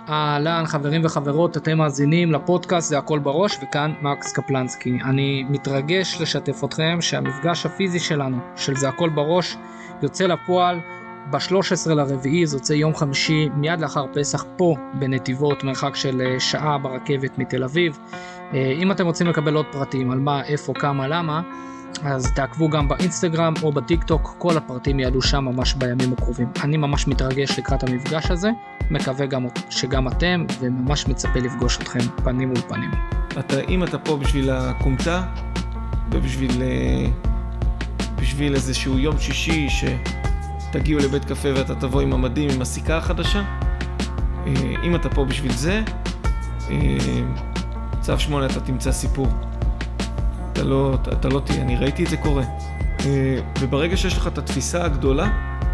אהלן חברים וחברות, אתם מאזינים לפודקאסט זה הכל בראש, וכאן מקס קפלנסקי. אני מתרגש לשתף אתכם שהמפגש הפיזי שלנו של זה הכל בראש יוצא לפועל ב-13 לרביעי, זה יוצא יום חמישי מיד לאחר פסח פה בנתיבות, מרחק של שעה ברכבת מתל אביב. אם אתם רוצים לקבל עוד פרטים על מה, איפה, כמה, למה, אז תעקבו גם באינסטגרם או בטיק טוק, כל הפרטים יעלו שם ממש בימים הקרובים. אני ממש מתרגש לקראת המפגש הזה, מקווה גם שגם אתם, וממש מצפה לפגוש אתכם פנים מול פנים. אם אתה פה בשביל הקומטה, ובשביל איזשהו יום שישי שתגיעו לבית קפה ואתה תבוא עם המדים עם הסיכה החדשה, אם אתה פה בשביל זה, צו 8 אתה תמצא סיפור. אתה לא תהיה, אני ראיתי את זה קורה. וברגע שיש לך את התפיסה הגדולה,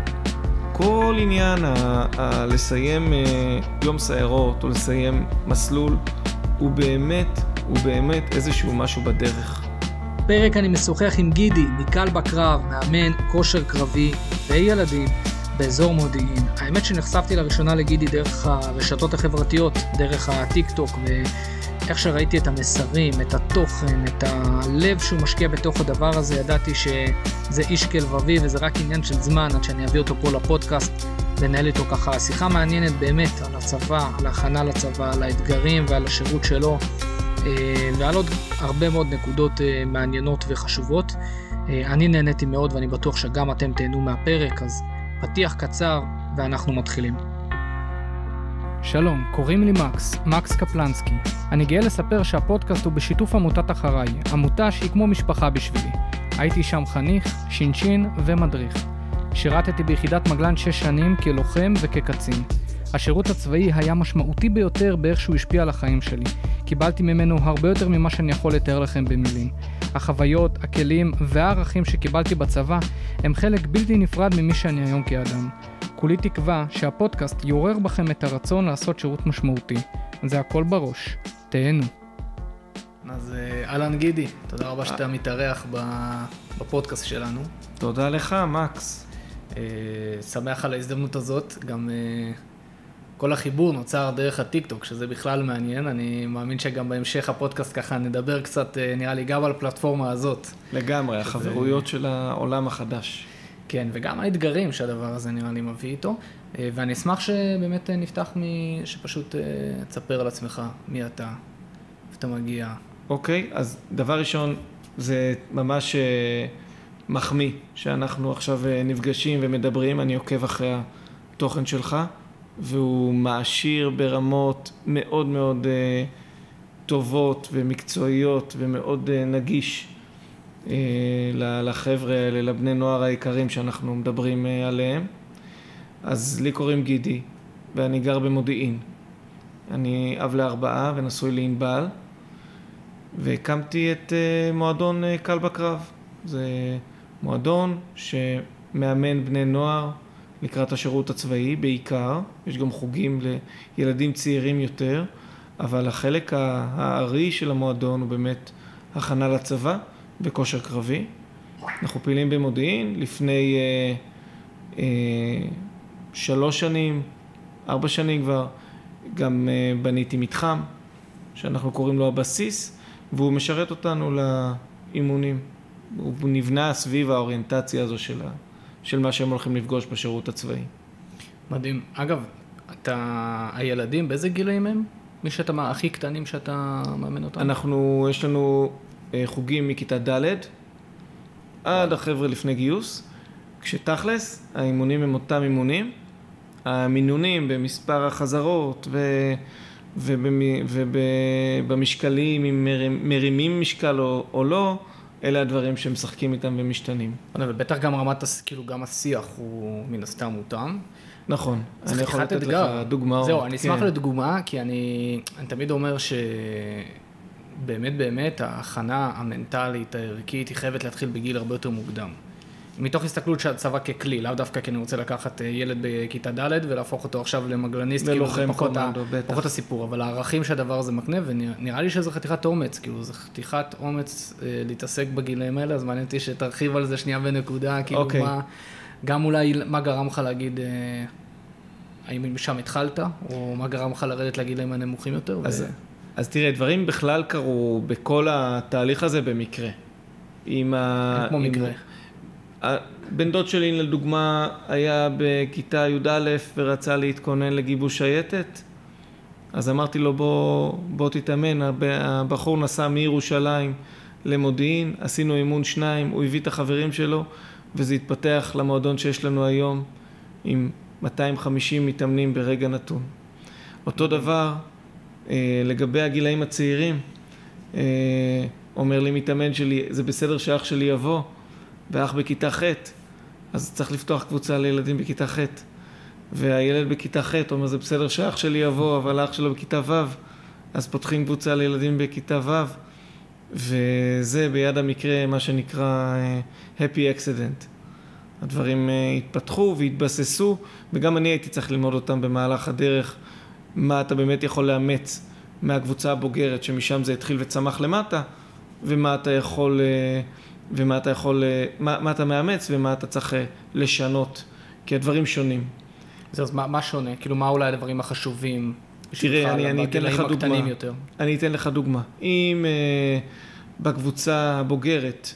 כל עניין לסיים יום סיירות או לסיים מסלול, הוא באמת איזשהו משהו בדרך. פרק אני משוחח עם גידי, ניקל בקרב, מאמן כושר קרבי וילדים באזור מודיעין. האמת שנחשפתי לראשונה לגידי דרך הרשתות החברתיות, דרך הטיק טוק, איך שראיתי את המסרים, את התוכן, את הלב שהוא משקיע בתוך הדבר הזה, ידעתי שזה איש כלבבי וזה רק עניין של זמן עד שאני אביא אותו פה לפודקאסט ונהל איתו ככה שיחה מעניינת באמת על הצבא, על ההכנה לצבא, על האתגרים ועל השירות שלו, ועל עוד הרבה מאוד נקודות מעניינות וחשובות. אני נהניתי מאוד ואני בטוח שגם אתם תהנו מהפרק, אז פתיח קצר ואנחנו מתחילים. שלום, קוראים לי מקס קפלנסקי. אני גאה לספר שהפודקאסט הוא בשיתוף עמותת אחריי, עמותה שהיא כמו משפחה בשבילי. הייתי שם חניך, שינשין ומדריך. שירתתי ביחידת מגלן 6 שנים כלוחם וכקצין. השירות הצבאי היה משמעותי ביותר באיך שהוא השפיע על החיים שלי. קיבלתי ממנו הרבה יותר ממה שאני יכול לתאר לכם במילים. החוויות, הכלים והערכים שקיבלתי בצבא הם חלק בלתי נפרד ממי שאני היום כאדם. כולי תקווה שהפודקאסט יעורר בכם את הרצון לעשות שירות משמעותי. זה הכל בראש. תהנו. אז אהלן גידי, תודה רבה שאתה מתארח בפודקאסט שלנו. תודה לך, מקס. שמח על ההזדמנות הזאת. גם כל החיבור נוצר דרך הטיק טוק, שזה בכלל מעניין. אני מאמין שגם בהמשך הפודקאסט ככה נדבר קצת, נראה לי גם על הפלטפורמה הזאת. לגמרי, החברויות של העולם החדש. כן, וגם האתגרים שהדבר הזה נראה לי מביא איתו, ואני אשמח שבאמת נפתח שפשוט תספר על עצמך, מי אתה, איפה אתה מגיע. אוקיי, אז דבר ראשון, זה ממש מחמיא שאנחנו עכשיו נפגשים ומדברים, אני עוקב אחרי התוכן שלך, והוא מעשיר ברמות מאוד מאוד טובות ומקצועיות ומאוד נגיש. לחבר'ה האלה, לבני נוער היקרים שאנחנו מדברים עליהם. אז לי קוראים גידי, ואני גר במודיעין. אני אב ל4 ונשוי לענבל, והקמתי את מועדון קל בקרב. זה מועדון שמאמן בני נוער לקראת השירות הצבאי בעיקר. יש גם חוגים לילדים צעירים יותר, אבל החלק הארי של המועדון הוא באמת הכנה לצבא. בכושר קרבי. אנחנו פעילים במודיעין. לפני 3 שנים, 4 שנים כבר, גם בניתי מתחם, שאנחנו קוראים לו הבסיס, והוא משרת אותנו לאימונים. הוא נבנה סביב האוריינטציה הזו של מה שהם הולכים לפגוש בשירות הצבאי. מדהים. אגב, הילדים, באיזה גילאים הם? מי שאתה הכי קטנים שאתה מאמן אותם? יש לנו חוגים מכיתה ד' עד החבר'ה לפני גיוס, כשתכלס האימונים הם אותם אימונים, המינונים במספר החזרות ובמשקלים, אם מרימים משקל או לא, אלה הדברים שמשחקים איתם ומשתנים. ובטח גם רמת, כאילו גם השיח הוא מן הסתם מותם. נכון, אני יכול לתת לך דוגמאות. זהו, אני אשמח לדוגמה, כי אני תמיד אומר באמת, ההכנה המנטלית, הערכית, היא חייבת להתחיל בגיל הרבה יותר מוקדם. מתוך הסתכלות של הצבא ככלי, לאו דווקא כי אני רוצה לקחת ילד בכיתה ד' ולהפוך אותו עכשיו למגלניסט, כאילו זה פחות הסיפור, אבל הערכים שהדבר הזה מקנה, ונראה לי שזה חתיכת אומץ, כאילו זה חתיכת אומץ להתעסק בגילאים האלה, אז מעניין אותי שתרחיב על זה שנייה בנקודה, כאילו גם אולי מה גרם לך להגיד, האם שם התחלת, או מה גרם לך לרדת לגילאים הנמוכים יותר? אז תראה, דברים בכלל קרו בכל התהליך הזה במקרה. כמו מקרה. בן דוד שלי, לדוגמה, היה בכיתה י"א ורצה להתכונן לגיבוש שייטת. אז אמרתי לו, בוא תתאמן. הבחור נסע מירושלים למודיעין, עשינו אימון 2, הוא הביא את החברים שלו, וזה התפתח למועדון שיש לנו היום, עם 250 מתאמנים ברגע נתון. אותו דבר, לגבי הגילאים הצעירים, אומר לי מתאמן שלי, זה בסדר שאח שלי יבוא, ואח בכיתה ח', אז צריך לפתוח קבוצה לילדים בכיתה ח'. והילד בכיתה ח' אומר, זה בסדר שאח שלי יבוא, אבל האח שלו בכיתה ו', אז פותחים קבוצה לילדים בכיתה ו', וזה ביד המקרה מה שנקרא happy accident. הדברים התפתחו והתבססו, וגם אני הייתי צריך ללמוד אותם במהלך הדרך, מה אתה באמת יכול לאמץ מהקבוצה הבוגרת, שמשם זה התחיל וצמח למטה, ומה אתה יכול, מה אתה מאמץ ומה אתה צריך לשנות, כי הדברים שונים. אז מה שונה? כאילו מה אולי הדברים החשובים? תראה, אני אתן לך דוגמה. אני אתן לך דוגמה. אם בקבוצה הבוגרת,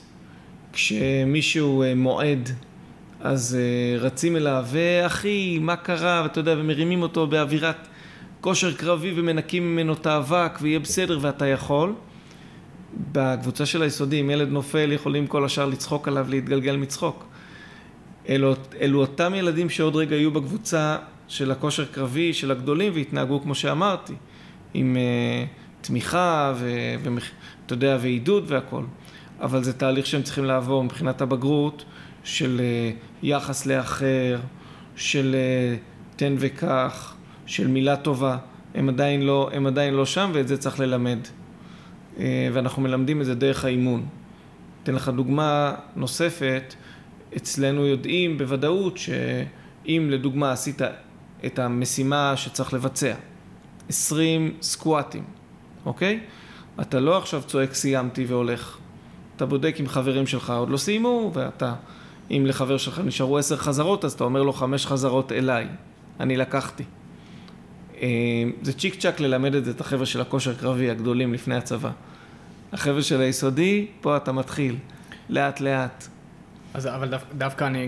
כשמישהו מועד, אז רצים אליו, ואחי, מה קרה? ואתה יודע, ומרימים אותו באווירת כושר קרבי ומנקים ממנו את האבק, ויהיה בסדר ואתה יכול. בקבוצה של היסודי, אם ילד נופל, יכולים כל השאר לצחוק עליו, להתגלגל מצחוק. אלו אותם ילדים שעוד רגע יהיו בקבוצה של הכושר קרבי, של הגדולים, והתנהגו כמו שאמרתי, עם תמיכה ואתה יודע, ועידוד והכל. אבל זה תהליך שהם צריכים לעבור מבחינת הבגרות, של יחס לאחר, של תן וכך, של מילה טובה. הם עדיין לא שם, ואת זה צריך ללמד. ואנחנו מלמדים את זה דרך האימון. אתן לך דוגמה נוספת, אצלנו יודעים בוודאות שאם לדוגמה עשית את המשימה שצריך לבצע, 20 סקואטים, אוקיי? אתה לא עכשיו צועק סיימתי והולך. אתה בודק עם חברים שלך עוד לא סיימו, ואתה, אם לחבר שלך נשארו 10 חזרות, אז אתה אומר לו 5 חזרות אליי. אני לקחתי. זה צ'יק צ'ק ללמד את זה, את החבר'ה של הכושר קרבי הגדולים לפני הצבא. החבר'ה של היסודי, פה אתה מתחיל, לאט לאט. אז אבל דווקא אני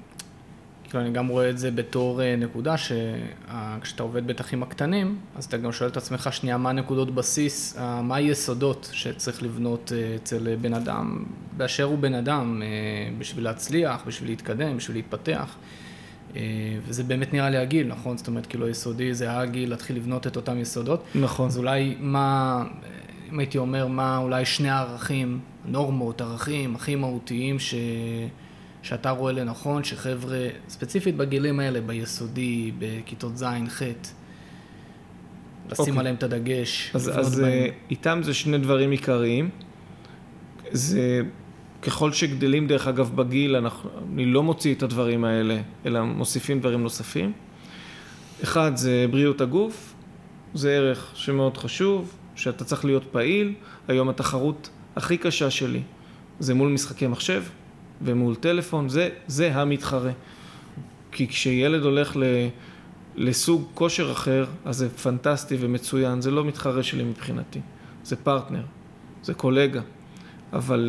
גם רואה את זה בתור נקודה שכשאתה עובד בתחים הקטנים, אז אתה גם שואל את עצמך שנייה מה נקודות בסיס, מה היסודות שצריך לבנות אצל בן אדם, באשר הוא בן אדם, בשביל להצליח, בשביל להתקדם, בשביל להתפתח. וזה באמת נראה לי הגיל, נכון? זאת אומרת, כאילו יסודי זה הגיל להתחיל לבנות את אותם יסודות. נכון. אז אולי אם הייתי אומר, מה אולי שני הערכים, נורמות, ערכים הכי מהותיים שאתה רואה לנכון, שחבר'ה, ספציפית בגילים האלה, ביסודי, בכיתות ז', ח', לשים עליהם את הדגש. אז איתם זה שני דברים עיקריים. זה ככל שגדלים דרך אגב בגיל, אני לא מוציא את הדברים האלה, אלא מוסיפים דברים נוספים. אחד זה בריאות הגוף, זה ערך שמאוד חשוב, שאתה צריך להיות פעיל. היום התחרות הכי קשה שלי זה מול משחקי מחשב ומול טלפון, זה המתחרה. כי כשילד הולך לסוג כושר אחר, אז זה פנטסטי ומצוין, זה לא מתחרה שלי מבחינתי, זה פרטנר, זה קולגה. אבל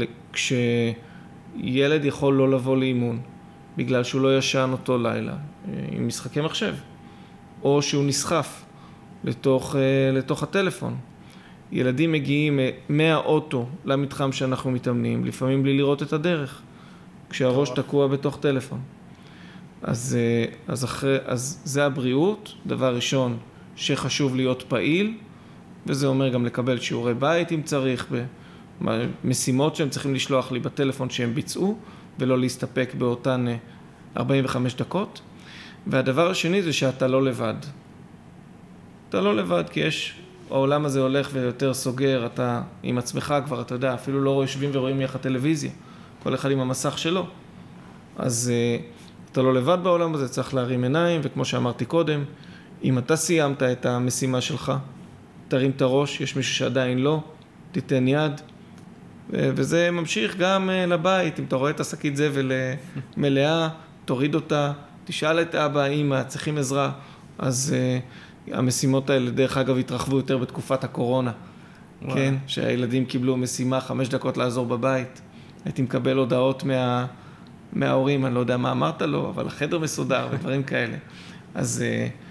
כשילד יכול לא לבוא לאימון, בגלל שהוא לא ישן אותו לילה, עם משחקי מחשב, או שהוא נסחף לתוך הטלפון. ילדים מגיעים מהאוטו למתחם שאנחנו מתאמנים, לפעמים בלי לראות את הדרך, כשהראש תקוע בתוך טלפון. אז זה הבריאות, דבר ראשון שחשוב להיות פעיל, וזה אומר גם לקבל שיעורי בית אם צריך, משימות שהם צריכים לשלוח לי בטלפון שהם ביצעו, ולא להסתפק באותן 45 דקות. והדבר השני זה שאתה לא לבד. אתה לא לבד כי העולם הזה הולך ויותר סוגר, אתה עם עצמך כבר, אתה יודע, אפילו לא יושבים ורואים יחד טלוויזיה, כל אחד עם המסך שלו. אז אתה לא לבד בעולם הזה, צריך להרים עיניים, וכמו שאמרתי קודם, אם אתה סיימת את המשימה שלך, תרים את הראש, יש מישהו שעדיין לא, תיתן יד, וזה ממשיך גם לבית. אם אתה רואה את השקית זבל מלאה, תוריד אותה, תשאל את אבא, אמא, צריכים עזרה, אז המשימות האלה, דרך אגב, התרחבו יותר בתקופת הקורונה. כן, שהילדים קיבלו משימה 5 דקות לעזור בבית. הייתי מקבל הודעות מההורים, אני לא יודע מה אמרת לו, אבל החדר מסודר ודברים כאלה. אז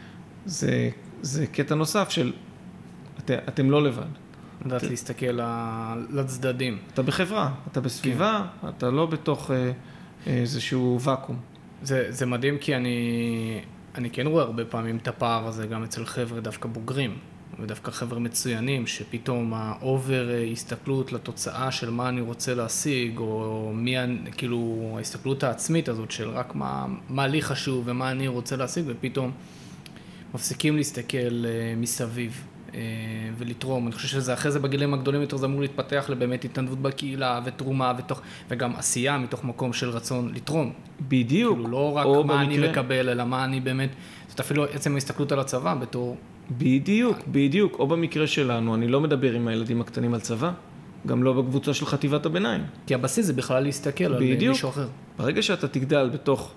זה קטע נוסף של, אתם לא לבד. לדעת להסתכל לצדדים. אתה בחברה, אתה בסביבה, אתה לא בתוך איזשהו ואקום. זה מדהים כי אני כן רואה הרבה פעמים את הפער הזה גם אצל חבר'ה דווקא בוגרים, ודווקא חבר'ה מצוינים, שפתאום האובר הסתכלות לתוצאה של מה אני רוצה להשיג, או כאילו ההסתכלות העצמית הזאת של רק מה לי חשוב ומה אני רוצה להשיג, ופתאום מפסיקים להסתכל מסביב ולתרום. אני חושב שזה אחרי זה בגילים הגדולים יותר זה אמור להתפתח לבאמת התנדבות בקהילה ותרומה וגם עשייה מתוך מקום של רצון לתרום. בדיוק. כאילו לא רק מה אני מקבל, אלא מה אני באמת, זאת אפילו עצם ההסתכלות על הצבא בתור... בדיוק. או במקרה שלנו, אני לא מדבר עם הילדים הקטנים על צבא, גם לא בקבוצה של חטיבת הביניים. כי הבסיס זה בכלל להסתכל על מישהו אחר. ברגע שאתה תגדל בתוך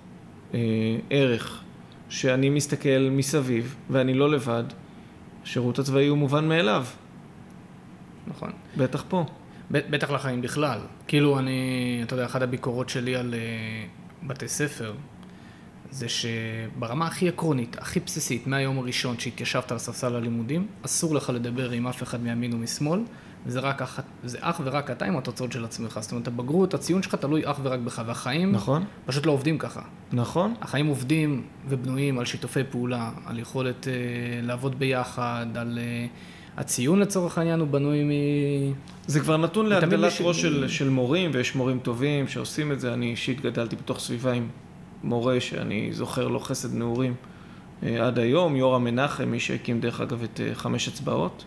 ערך שאני מסתכל מסביב ואני לא לבד, השירות הצבאי הוא מובן מאליו. נכון. בטח פה. בטח לחיים בכלל. כאילו אתה יודע, אחת הביקורות שלי על בתי ספר, זה שברמה הכי עקרונית, הכי בסיסית, מהיום הראשון שהתיישבת על ספסל הלימודים, אסור לך לדבר עם אף אחד מימין ומשמאל, וזה אך ורק אתה עם התוצאות של עצמך. זאת אומרת, הבגרות, הציון שלך תלוי אך ורק בך, והחיים נכון. פשוט לא עובדים ככה. נכון. החיים עובדים ובנויים על שיתופי פעולה, על יכולת לעבוד ביחד, על הציון לצורך העניין הוא בנוי זה כבר נתון להגדלת ראש של מורים, ויש מורים טובים שעושים את זה. אני אישית גדלתי בתוך סביבה עם מורה שאני זוכר לו חסד נעורים עד היום, יורם מנחם, מי שהקים דרך אגב את 5 אצבעות.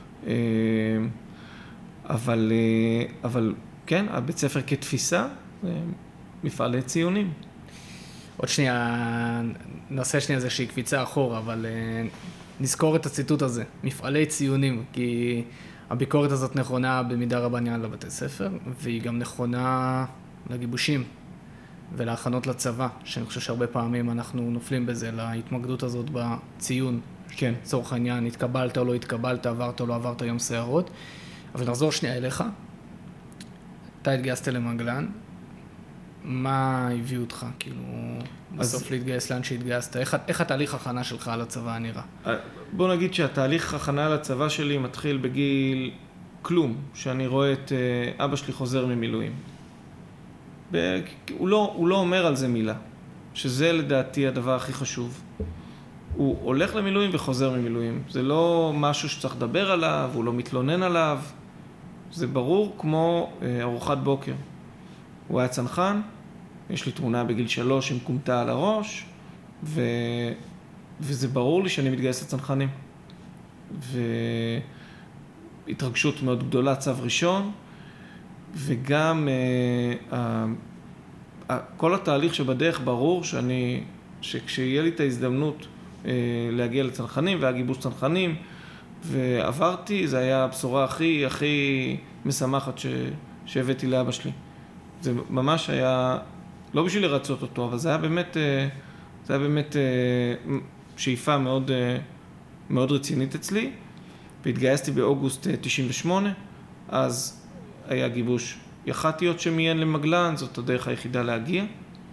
אבל כן, הבית ספר כתפיסה, מפעלי ציונים. עוד שנייה, נעשה שנייה איזושהי קפיצה אחורה, אבל נזכור את הציטוט הזה, מפעלי ציונים, כי הביקורת הזאת נכונה במידה רבה נראה לבתי ספר, והיא גם נכונה לגיבושים ולהכנות לצבא, שאני חושב שהרבה פעמים אנחנו נופלים בזה, להתמקדות הזאת בציון. כן. לצורך העניין, התקבלת או לא התקבלת, עברת או לא עברת יום שערות. אבל נחזור שנייה אליך. אתה התגייסת למגלן, מה הביא אותך? כאילו, בסוף להתגייס לאן שהתגייסת? איך התהליך הכנה שלך על הצבא נראה? בוא נגיד שהתהליך הכנה על הצבא שלי מתחיל בגיל כלום, שאני רואה את אבא שלי חוזר ממילואים. הוא לא אומר על זה מילה, שזה לדעתי הדבר הכי חשוב. הוא הולך למילואים וחוזר ממילואים. זה לא משהו שצריך לדבר עליו, הוא לא מתלונן עליו. זה ברור כמו ארוחת בוקר. הוא היה צנחן, יש לי תמונה בגיל 3 עם קומטה על הראש, וזה ברור לי שאני מתגייס לצנחנים. והתרגשות מאוד גדולה, צו ראשון, וגם כל התהליך שבדרך ברור שכשיהיה לי את ההזדמנות להגיע לצנחנים, והיה גיבוש צנחנים, ועברתי, זה היה הבשורה הכי משמחת שהבאתי לאבא שלי. זה ממש היה, לא בשביל לרצות אותו, אבל זה היה באמת שאיפה מאוד, מאוד רצינית אצלי, והתגייסתי באוגוסט 98, אז היה גיבוש יח"טיות שמיין למגלן, זאת הדרך היחידה להגיע.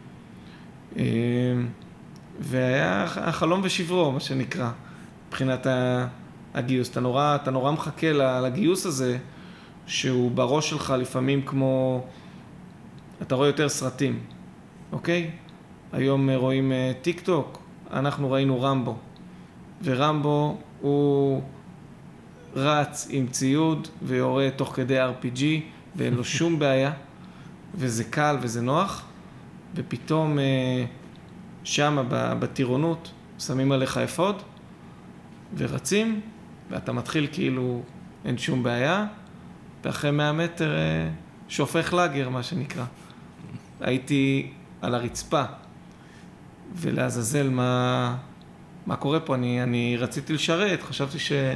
והיה החלום ושברו, מה שנקרא, מבחינת הגיוס. אתה נורא מחכה לגיוס הזה, שהוא בראש שלך לפעמים כמו, אתה רואה יותר סרטים, אוקיי? היום רואים טיק טוק, אנחנו ראינו רמבו, ורמבו הוא רץ עם ציוד ויורה תוך כדי RPG, ואין לו שום בעיה, וזה קל וזה נוח, ופתאום שם בטירונות שמים עליך אפוד, ורצים, ואתה מתחיל כאילו אין שום בעיה, ואחרי 100 מטר שופך לגר, מה שנקרא. הייתי על הרצפה, ולעזאזל מה קורה פה, אני רציתי לשרת, חשבתי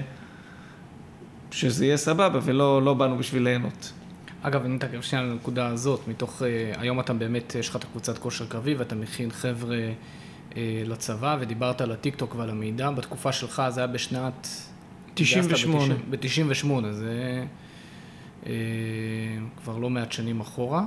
שזה יהיה סבבה, ולא באנו בשביל ליהנות. אגב, אני מתקרב שנייה לנקודה הזאת, מתוך, היום אתה באמת, יש לך את הקבוצת כושר קרבי, ואתה מכין חבר'ה לצבא, ודיברת על הטיקטוק ועל המידע. בתקופה שלך זה היה בשנת... 98. ב-98, זה כבר לא מעט שנים אחורה.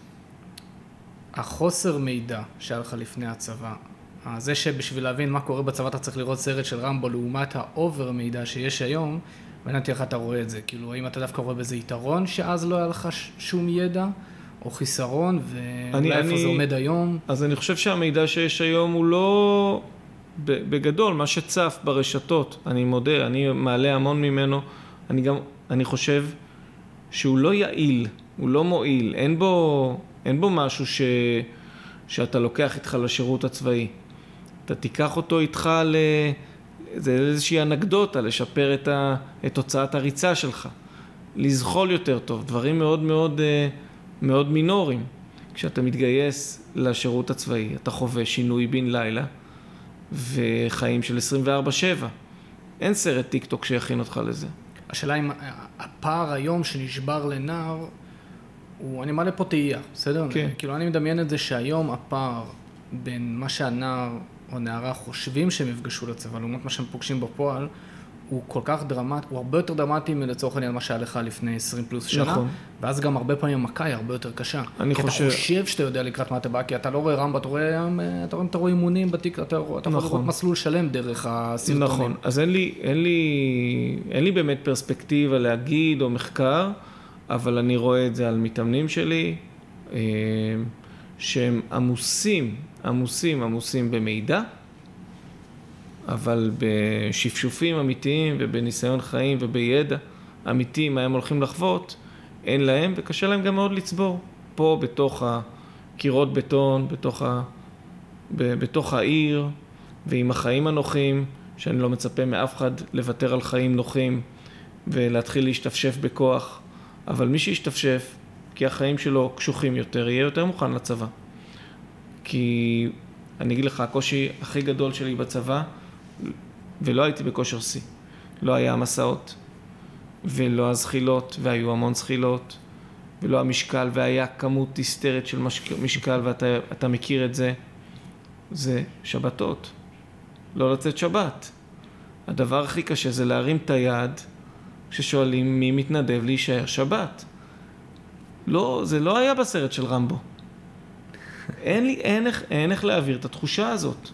החוסר מידע שהיה לך לפני הצבא, זה שבשביל להבין מה קורה בצבא אתה צריך לראות סרט של רמבו לעומת האובר מידע שיש היום, מעניין איך אתה רואה את זה, כאילו האם אתה דווקא רואה בזה יתרון שאז לא היה לך שום ידע, או חיסרון, ואולי איפה זה עומד היום? אז אני חושב שהמידע שיש היום הוא לא בגדול, מה שצף ברשתות, אני מודה, אני מעלה המון ממנו, אני חושב שהוא לא יעיל, הוא לא מועיל, אין בו משהו שאתה לוקח איתך לשירות הצבאי. אתה תיקח אותו איתך זה איזושהי אנקדוטה, לשפר את תוצאת הריצה שלך, לזחול יותר טוב, דברים מאוד מאוד מאוד מינוריים. כשאתה מתגייס לשירות הצבאי, אתה חווה שינוי בן לילה וחיים של 24/7. אין סרט טיקטוק שיכין אותך לזה. השאלה אם הפער היום שנשבר לנער, אני מעלה פה תהייה, בסדר? כן. כאילו אני מדמיין את זה שהיום הפער בין מה שהנער או נערה חושבים שהם יפגשו לצבא, לעומת מה שהם פוגשים בפועל, הוא כל כך דרמטי, הוא הרבה יותר דרמטי מלצורך העניין מה שהיה לך לפני 20 פלוס שנה, נכון. ואז גם הרבה פעמים המכה היא הרבה יותר קשה. אני כי חושב... אתה חושב שאתה יודע לקראת מה אתה בא, כי אתה לא רואה רמבו, אתה רואה אימונים בתיק, אתה יכול לראות מסלול שלם דרך הסרטונים. נכון, אז אין לי באמת פרספקטיבה להגיד או מחקר, אבל אני רואה את זה על מתאמנים שלי, שהם עמוסים במידע, אבל בשפשופים אמיתיים ובניסיון חיים ובידע אמיתי מה הם הולכים לחוות, אין להם וקשה להם גם מאוד לצבור. פה בתוך הקירות בטון, בתוך העיר ועם החיים הנוחים, שאני לא מצפה מאף אחד לוותר על חיים נוחים ולהתחיל להשתפשף בכוח, אבל מי שישתפשף, כי החיים שלו קשוחים יותר, יהיה יותר מוכן לצבא. כי אני אגיד לך, הקושי הכי גדול שלי בצבא, ולא הייתי בכושר שיא, לא היה המסעות, ולא הזחילות, והיו המון זחילות, ולא המשקל, והיה כמות היסטרית של משקל, ואתה מכיר את זה, זה שבתות, לא לצאת שבת. הדבר הכי קשה זה להרים את היד, כששואלים מי מתנדב להישאר שבת. לא, זה לא היה בסרט של רמבו. אין איך להעביר את התחושה הזאת.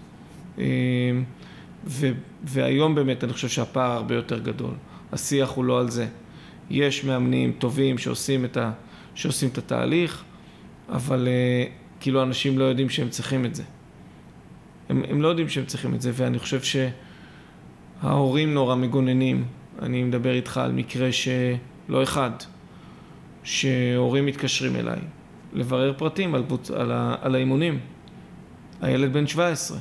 והיום באמת אני חושב שהפער הרבה יותר גדול. השיח הוא לא על זה. יש מאמנים טובים שעושים את התהליך, אבל כאילו אנשים לא יודעים שהם צריכים את זה. הם לא יודעים שהם צריכים את זה, ואני חושב שההורים נורא מגוננים. אני מדבר איתך על מקרה שלא אחד, שהורים מתקשרים אליי, לברר פרטים על האימונים. הילד בן 17.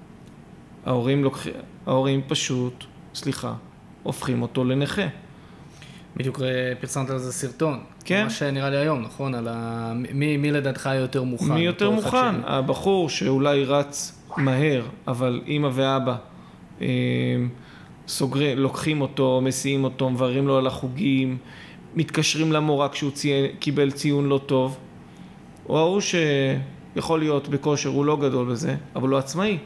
ההורים פשוט, הופכים אותו לנכה. בדיוק פרסמת על זה סרטון. כן. מה שנראה לי היום, נכון? על מי לדעתך יותר מוכן? מי יותר מוכן? הבחור שאולי רץ מהר, אבל אמא ואבא לוקחים אותו, מסיעים אותו, מבררים לו על החוגים, מתקשרים למורה כשהוא קיבל ציון לא טוב, או ההוא שיכול להיות בכושר, הוא לא גדול בזה, אבל הוא עצמאי.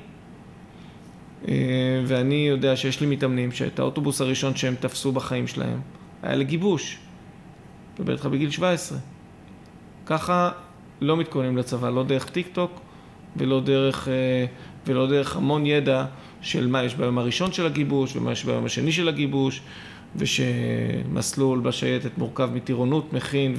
ואני יודע שיש לי מתאמנים שאת האוטובוס הראשון שהם תפסו בחיים שלהם היה לגיבוש, מדבר איתך בגיל 17. ככה לא מתכוננים לצבא, לא דרך טיקטוק ולא דרך המון ידע של מה יש ביום הראשון של הגיבוש ומה יש ביום השני של הגיבוש, ושמסלול בשייטת מורכב מטירונות, מכין,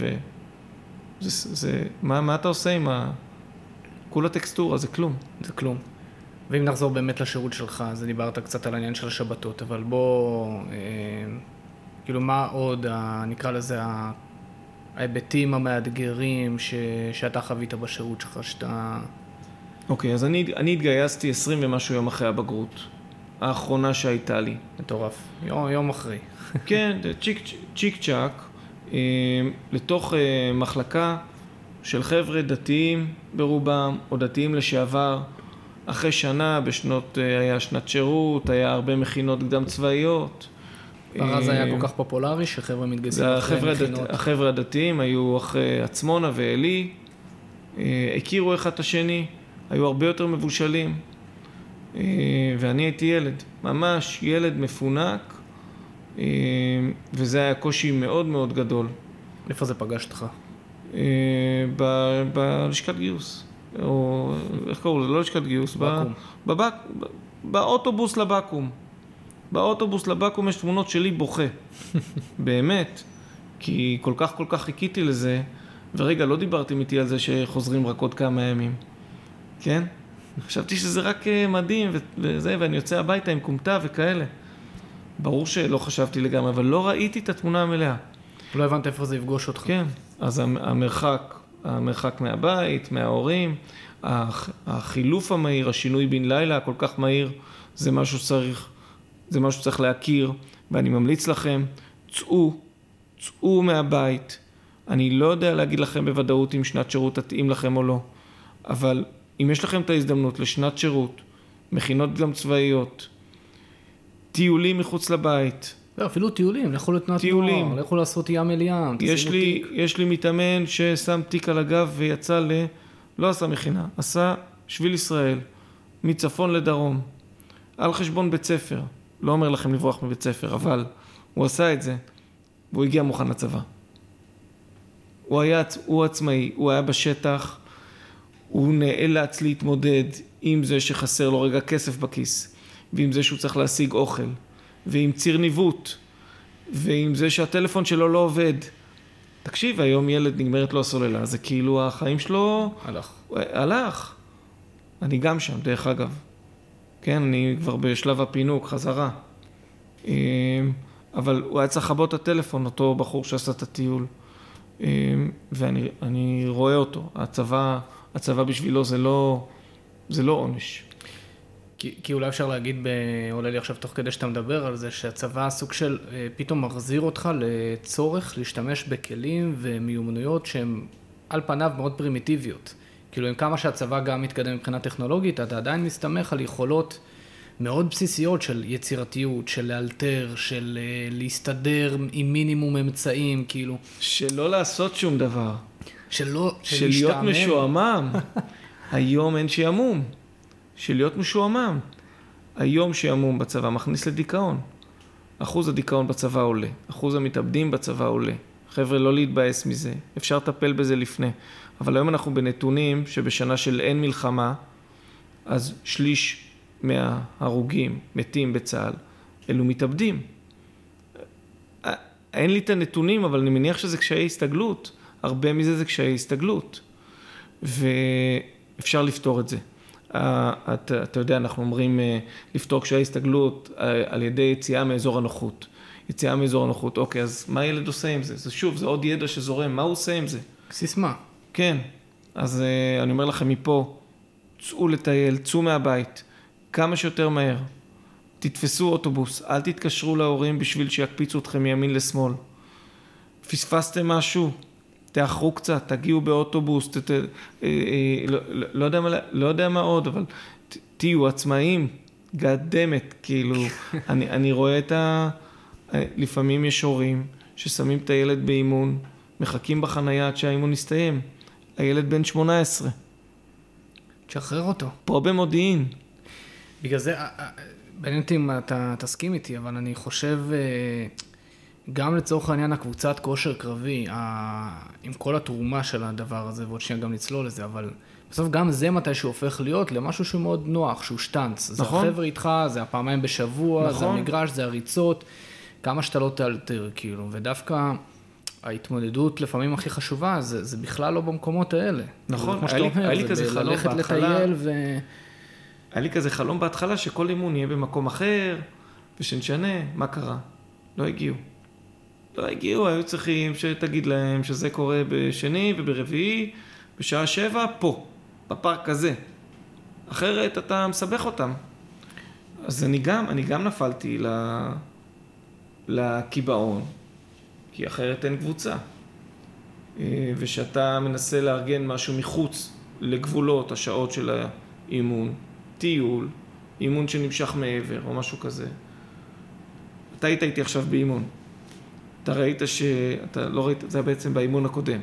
מה אתה עושה עם כולה טקסטורה? זה כלום. זה כלום. ואם נחזור באמת לשירות שלך, אז דיברת קצת על העניין של השבתות, אבל בוא, כאילו מה עוד, נקרא לזה, ההיבטים המאתגרים שאתה חווית בשירות שלך, שאתה... אוקיי, אז אני התגייסתי 20 ומשהו יום אחרי הבגרות, האחרונה שהייתה לי. מטורף, יום אחרי. כן, צ'יק צ'ק, לתוך מחלקה של חבר'ה דתיים ברובם, או דתיים לשעבר, אחרי שנה, היה שנת שירות, היה הרבה מכינות קדם צבאיות. אז היה כל כך פופולרי שחבר'ה מתגייסים אחרי מכינות. החבר'ה הדתיים היו אחרי עצמונה ואלי, הכירו אחד את השני, היו הרבה יותר מבושלים, ואני הייתי ילד, ממש ילד מפונק, וזה היה קושי מאוד מאוד גדול. איפה זה פגש אותך? בלשכת גיוס, או איך קראו לזה? לא לשכת גיוס, באוטובוס לבקו"ם. באוטובוס לבקו"ם יש תמונות שלי בוכה, באמת, כי כל כך חיכיתי לזה, ורגע, לא דיברתם איתי על זה שחוזרים רק עוד כמה ימים, כן? חשבתי שזה רק מדהים וזה, ואני יוצא הביתה עם קומטה וכאלה. ברור שלא חשבתי לגמרי, אבל לא ראיתי את התמונה המלאה. לא הבנת איפה זה יפגוש אותך. כן, אז המרחק מהבית, מההורים, החילוף המהיר, השינוי בן לילה הכל כך מהיר, זה משהו שצריך להכיר, ואני ממליץ לכם, צאו מהבית. אני לא יודע להגיד לכם בוודאות אם שנת שירות תתאים לכם או לא, אבל אם יש לכם את ההזדמנות לשנת שירות, מכינות גם צבאיות, טיולים מחוץ לבית. לא, אפילו טיולים, לכו לתנועת נוער, לכו לעשות ים אל ים, תשימו תיק. יש לי מתאמן ששם תיק על הגב ויצא לא עשה מכינה, עשה שביל ישראל, מצפון לדרום, על חשבון בית ספר. לא אומר לכם לברוח מבית ספר, אבל הוא עשה את זה, והוא הגיע מוכן לצבא. הוא עצמאי, הוא היה בשטח, הוא נאלץ להתמודד עם זה שחסר לו רגע כסף בכיס, ועם זה שהוא צריך להשיג אוכל, ועם ציר ניווט, ועם זה שהטלפון שלו לא עובד. תקשיב, היום ילד נגמרת לו הסוללה, זה כאילו החיים שלו הלך. אני גם שם, דרך אגב. כן, אני כבר בשלב הפינוק, חזרה. אבל הוא היה צריך לחבות את הטלפון, אותו בחור שעשה את הטיול. ואני רואה אותו. הצבא בשבילו זה לא עונש. כי אולי אפשר להגיד, עולה לי עכשיו תוך כדי שאתה מדבר על זה, שהצבא סוג של פתאום מחזיר אותך לצורך להשתמש בכלים ומיומנויות שהן על פניו מאוד פרימיטיביות. כאילו עם כמה שהצבא גם מתקדם מבחינה טכנולוגית, אתה עדיין מסתמך על יכולות מאוד בסיסיות של יצירתיות, של לאלתר, של להסתדר עם מינימום אמצעים, כאילו. שלא לעשות שום דבר. של להיות משועמם. היום אין שיעמום. של להיות משועמם. היום שיעמום בצבא מכניס לדיכאון. אחוז הדיכאון בצבא עולה. אחוז המתאבדים בצבא עולה. חבר'ה, לא להתבאס מזה. אפשר לטפל בזה לפני. אבל היום אנחנו בנתונים שבשנה של אין מלחמה, אז שליש מההרוגים מתים בצה"ל, אלו מתאבדים. אין לי את הנתונים, אבל אני מניח שזה קשיי הסתגלות. הרבה מזה זה קשיי הסתגלות. ואפשר לפתור את זה. אתה יודע, אנחנו אומרים לפתור קשיי הסתגלות על ידי יציאה מאזור הנוחות. יציאה מאזור הנוחות, אוקיי, אז מה הילד עושה עם זה? זה שוב, זה עוד ידע שזורם, מה הוא עושה עם זה? סיסמה. כן, אז אני אומר לכם מפה, צאו לטייל, צאו מהבית, כמה שיותר מהר. תתפסו אוטובוס, אל תתקשרו להורים בשביל שיקפיצו אתכם מימין לשמאל. פספסתם משהו, תאחרו קצת, תגיעו באוטובוס, לא יודע מה עוד, אבל תהיו עצמאים, גדמת, כאילו, אני רואה לפעמים יש הורים ששמים את הילד באימון, מחכים בחנייה עד שהאימון יסתיים. הילד בן 18. תשחרר אותו. פה במודיעין. בגלל זה, בעניין אם אתה תסכים איתי, אבל אני חושב, גם לצורך העניין הקבוצת כושר קרבי, עם כל התרומה של הדבר הזה, ועוד שנייה גם נצלול לזה, אבל בסוף גם זה מתי שהוא הופך להיות למשהו שהוא מאוד נוח, שהוא שטנץ. נכון. זה החבר'ה איתך, זה הפעמיים בשבוע, נכון. זה המגרש, זה הריצות, כמה שאתה לא תאלתר, כאילו, ודווקא ההתמודדות לפעמים הכי חשובה, זה בכלל לא במקומות האלה. נכון, היה לי כזה חלום בהתחלה. היה לי כזה חלום בהתחלה שכל אימון יהיה במקום אחר, ושנשנה, מה קרה? לא הגיעו, היו צריכים שתגיד להם שזה קורה בשני וברביעי, בשעה 7, פה, בפארק הזה. אחרת אתה מסבך אותם. אז אני גם נפלתי לקיבעון, כי אחרת אין קבוצה. ושאתה מנסה לארגן משהו מחוץ לגבולות השעות של האימון, טיול, אימון שנמשך מעבר או משהו כזה. אתה היית איתי עכשיו באימון. אתה ראית אתה לא ראית, זה היה בעצם באימון הקודם,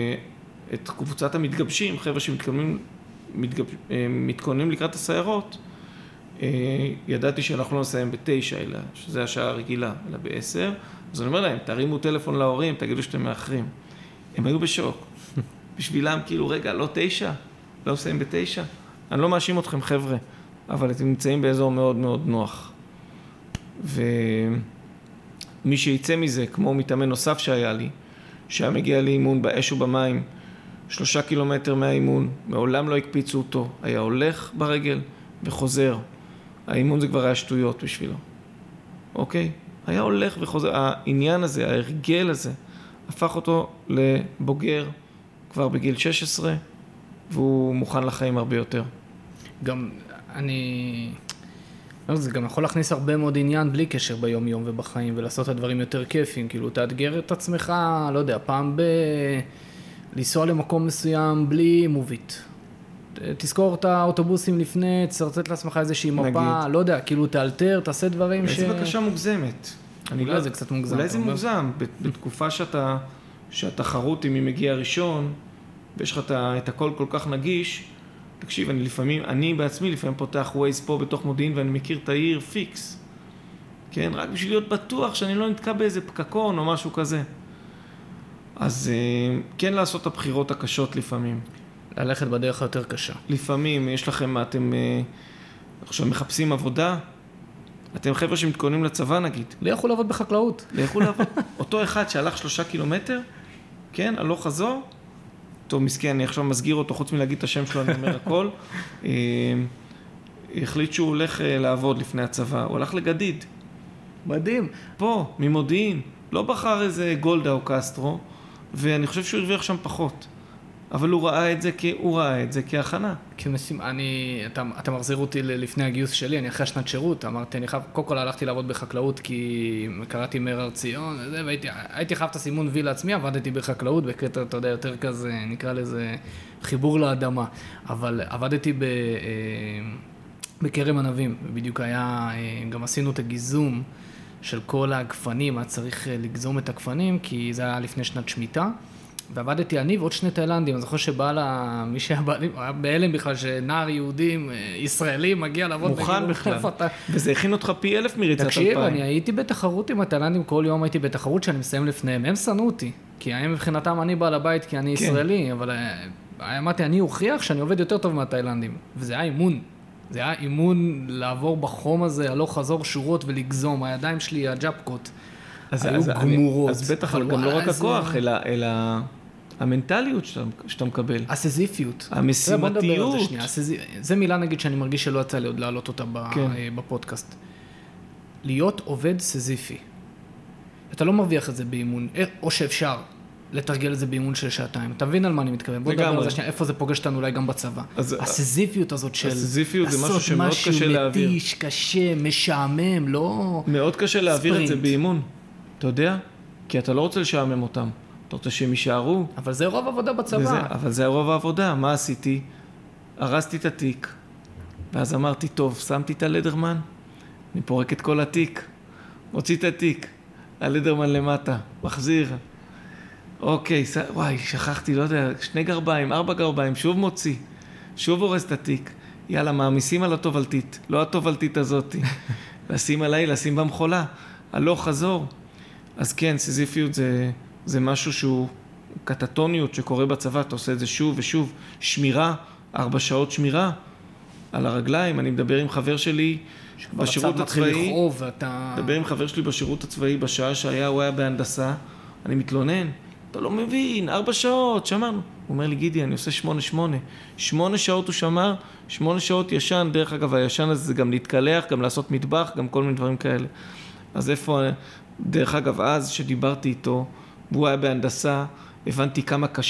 שאת קבוצת המתגבשים, חבר'ה שמתכוננים לקראת הסיירות, ידעתי שאנחנו לא נסיים ב-9, אלא שזה השעה הרגילה, אלא ב-10. אז אני אומר להם, תרימו טלפון להורים, תגידו שאתם מאחרים. הם היו בשוק. בשבילם, כאילו, רגע, לא 9? לא נסיים ב-9? אני לא מאשים אתכם, חבר'ה, אבל אתם נמצאים באזור מאוד מאוד נוח. ומי שיצא מזה, כמו מתאמן נוסף שהיה לי, שהיה מגיע לאימון באש ובמים, 3 קילומטר מהאימון, מעולם לא הקפיצו אותו, היה הולך ברגל וחוזר. האימון זה כבר היה שטויות בשבילו. אוקיי? היה הולך וחוזר. העניין הזה, ההרגל הזה, הפך אותו לבוגר כבר בגיל 16, והוא מוכן לחיים הרבה יותר. גם זה גם יכול להכניס הרבה מאוד עניין בלי קשר ביום יום ובחיים, ולעשות את הדברים יותר כיפים, כאילו תאתגר את עצמך, לא יודע, פעם לנסוע למקום מסוים בלי מובית. תזכור את האוטובוסים לפני, תצרצט לעצמך איזושהי מפה, לא יודע, כאילו תאלתר, תעשה דברים ש... איזה בקשה מוגזמת. אולי זה קצת מוגזם. אולי זה מוגזם, בתקופה שהתחרות היא מי מגיע ראשון, ויש לך את הכל כל כך נגיש, תקשיב, אני בעצמי לפעמים פותח ווייז פה בתוך מודיעין, ואני מכיר את העיר פיקס. כן, רק בשביל להיות בטוח שאני לא נתקע באיזה פקקון או משהו כזה. אז כן לעשות את הבחירות הקשות לפעמים. ללכת בדרך היותר קשה. לפעמים יש לכם, אתם עכשיו מחפשים עבודה, אתם חבר'ה שמתכוננים לצבא נגיד. לכו לעבוד בחקלאות. לכו לעבוד. אותו אחד שהלך 3 קילומטר, כן, הלוך חזור, טוב, מסכן, אני עכשיו מסגיר אותו, חוץ מלהגיד את השם שלו, אני אומר הכל. החליט שהוא הולך לעבוד לפני הצבא, הוא הלך לגדיד. מדהים. פה, ממודיעין. לא בחר איזה גולדה או קסטרו, ואני חושב שהוא הרוויח שם פחות. אבל הוא ראה את זה כהכנה. אתה מחזיר אותי לפני הגיוס שלי, אני אחרי שנת שירות, אמרתי, קודם כל הלכתי לעבוד בחקלאות, כי קראתי מאיר הר ציון, והייתי חייב את הסימון וי לעצמי, עבדתי בחקלאות, בקטע, אתה יודע, יותר כזה, נקרא לזה חיבור לאדמה, אבל עבדתי בכרם ענבים, ובדיוק היה, גם עשינו את הגיזום של כל הגפנים, היה צריך לגזום את הגפנים, כי זה היה לפני שנת שמיטה, ועבדתי אני ועוד 2 תאילנדים, אני זוכר שבא לה, מי שהיה בהלם בכלל, שנער יהודים, ישראלים, מגיע לעבוד. מוכן בכלל. וזה הכין אותך פי 1000 מריצת 2000. תקשיב, אני הייתי בתחרות עם התאילנדים, כל יום הייתי בתחרות שאני מסיים לפניהם, הם שנאו אותי, כי הם מבחינתם אני בעל הבית, כי אני ישראלי, אבל אמרתי, אני אוכיח שאני עובד יותר טוב מהתאילנדים, וזה היה אימון. זה היה אימון לעבור בחום הזה, הלוך חזור שורות ולגזום, הידיים שלי, הג'אפקות, היו גמורות. אז בטח, אבל גם לא רק הכוח, אלא המנטליות שאתה מקבל. הסזיפיות. המשימתיות. זה מילה נגיד שאני מרגיש שלא יצא לי עוד להעלות אותה בפודקאסט. להיות עובד סזיפי. אתה לא מרוויח את זה באימון, או שאפשר לתרגל את זה באימון של 2 שעתיים. אתה מבין על מה אני מתכוון? בוא נדבר על זה שנייה, איפה זה פוגש אותנו אולי גם בצבא. הסזיפיות הזאת של לעשות משהו מתיש, קשה, משעמם, לא... מאוד קשה להעביר את זה באימון. אתה יודע? כי אתה לא רוצה לשעמם אותם. אתה רוצה שהם יישארו. אבל זה רוב עבודה בצבא. אבל זה רוב העבודה. מה עשיתי? הרסתי את התיק. ואז אמרתי, טוב, שמתי את הלדרמן, אני פורק את כל התיק. מוציא את התיק. הלדרמן למטה. מחזיר. אוקיי, וואי, שכחתי, לא יודע, 2 גרביים, 4 גרביים, שוב מוציא. שוב הורס את התיק. יאללה, מעמיסים על התובלתית. לא התובלתית הזאת. לשים עליי, לשים במחולה. הלוך חזור. אז כן, סיזיפיות זה משהו שהוא קטטוניות שקורה בצבא, אתה עושה את זה שוב ושוב, שמירה, 4 שעות שמירה על הרגליים, אני מדבר עם חבר שלי בשירות הצבאי, מדבר עם חבר שלי בשירות הצבאי בשעה הוא היה בהנדסה, אני מתלונן, אתה לא מבין, 4 שעות, שמרנו, הוא אומר לי, גידי, אני עושה 8-8, 8 שעות הוא שמר, 8 שעות ישן, דרך אגב, הישן הזה זה גם להתקלח, גם לעשות מטבח, גם כל מיני דברים כאלה, אז איפה... דרך אגב, אז שדיברתי איתו, והוא היה בהנדסה, הבנתי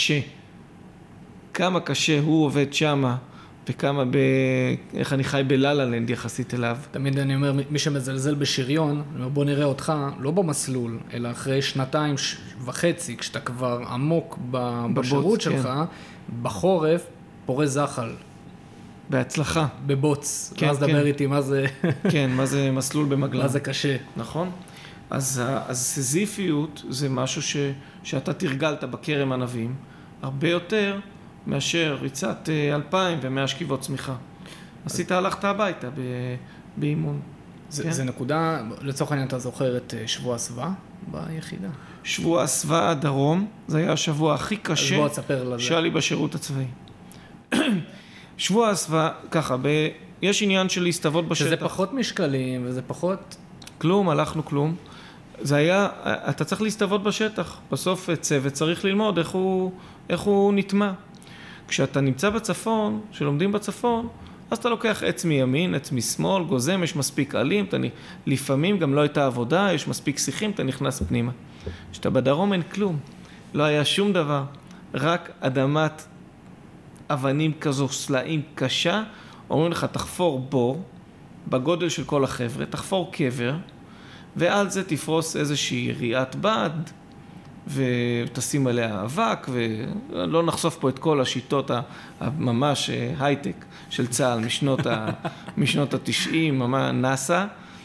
כמה קשה הוא עובד שמה, וכמה איך אני חי בלללנד יחסית אליו. תמיד אני אומר, מי שמזלזל בשריון, אני אומר, בוא נראה אותך, לא במסלול, אלא אחרי 2.5 כשאתה כבר עמוק בשירות שלך, בחורף, פורס זחל. בהצלחה. בבוץ. אז דבר איתי, מה זה... כן, מה זה מסלול במגלם. מה זה קשה. נכון? אז סזיפיות זה משהו שאתה תרגלת בכרם ענבים, הרבה יותר מאשר ריצת 2000 ו100 שכיבות צמיחה. הלכת הביתה באימון. זה נקודה, לצורך העניין אתה זוכר את שבוע הסוואה ביחידה? שבוע הסוואה הדרום, זה היה השבוע הכי קשה שהיה לי בשירות הצבאי. שבוע הסוואה, ככה, יש עניין של להסתוות בשטח. שזה פחות משקלים וזה פחות... כלום, הלכנו כלום. זה היה, אתה צריך להסתוות בשטח. בסוף צוות צריך ללמוד איך הוא נטמע. כשאתה נמצא בצפון, שלומדים בצפון, אז אתה לוקח עץ מימין, עץ משמאל, גוזם, יש מספיק עלים, לפעמים גם לא הייתה עבודה, יש מספיק שיחים, אתה נכנס פנימה. כשאתה בדרום אין כלום, לא היה שום דבר, רק אדמת אבנים כזו, סלעים קשה, אומרים לך תחפור בור, בגודל של כל החבר'ה, תחפור קבר, ועל זה תפרוס איזושהי ריעת בד, ותשים עליה אבק, ולא נחשוף פה את כל השיטות הממש הייטק של צה"ל משנות ה-90, ממש נאסא.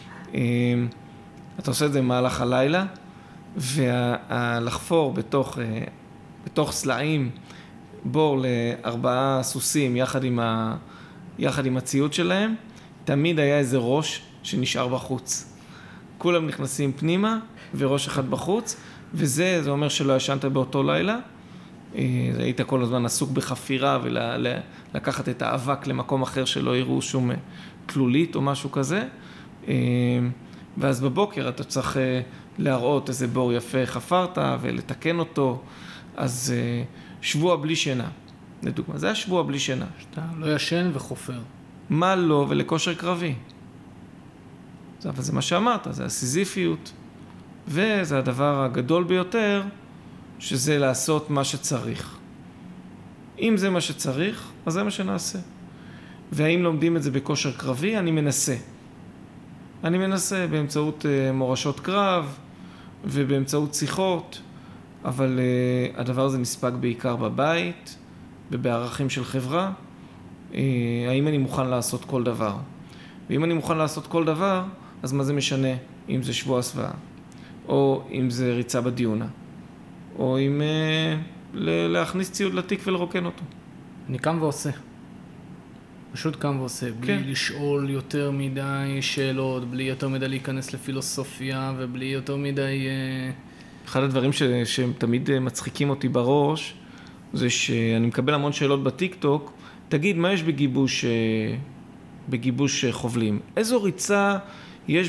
אתה עושה את זה במהלך הלילה, ולחפור בתוך סלעים בור ל4 סוסים יחד עם הציוד שלהם, תמיד היה איזה ראש שנשאר בחוץ. כולם נכנסים פנימה וראש אחד בחוץ, וזה אומר שלא ישנת באותו לילה. היית כל הזמן עסוק בחפירה ולקחת את האבק למקום אחר שלא יראו שום תלולית או משהו כזה. ואז בבוקר אתה צריך להראות איזה בור יפה חפרת ולתקן אותו. אז שבוע בלי שינה, לדוגמה. זה היה שבוע בלי שינה. שאתה לא ישן וחופר. מה לא ולכושר קרבי. אבל זה מה שאמרת, זה הסיזיפיות. וזה הדבר הגדול ביותר, שזה לעשות מה שצריך. אם זה מה שצריך, אז זה מה שנעשה. והאם לומדים את זה בכושר קרבי? אני מנסה באמצעות מורשות קרב, ובאמצעות שיחות, אבל הדבר הזה נספק בעיקר בבית, ובערכים של חברה. האם אני מוכן לעשות כל דבר? ואם אני מוכן לעשות כל דבר, אז מה זה משנה? אם זה שבוע הסוואה, או אם זה ריצה בדיונה, או אם להכניס ציוד לתיק ולרוקן אותו. אני קם ועושה. פשוט קם ועושה, בלי לשאול יותר מדי שאלות, בלי יותר מדי להיכנס לפילוסופיה, ובלי יותר מדי... אחד הדברים שהם תמיד מצחיקים אותי בראש, זה שאני מקבל המון שאלות בטיק-טוק, תגיד, מה יש בגיבוש חובלים? איזו ריצה יש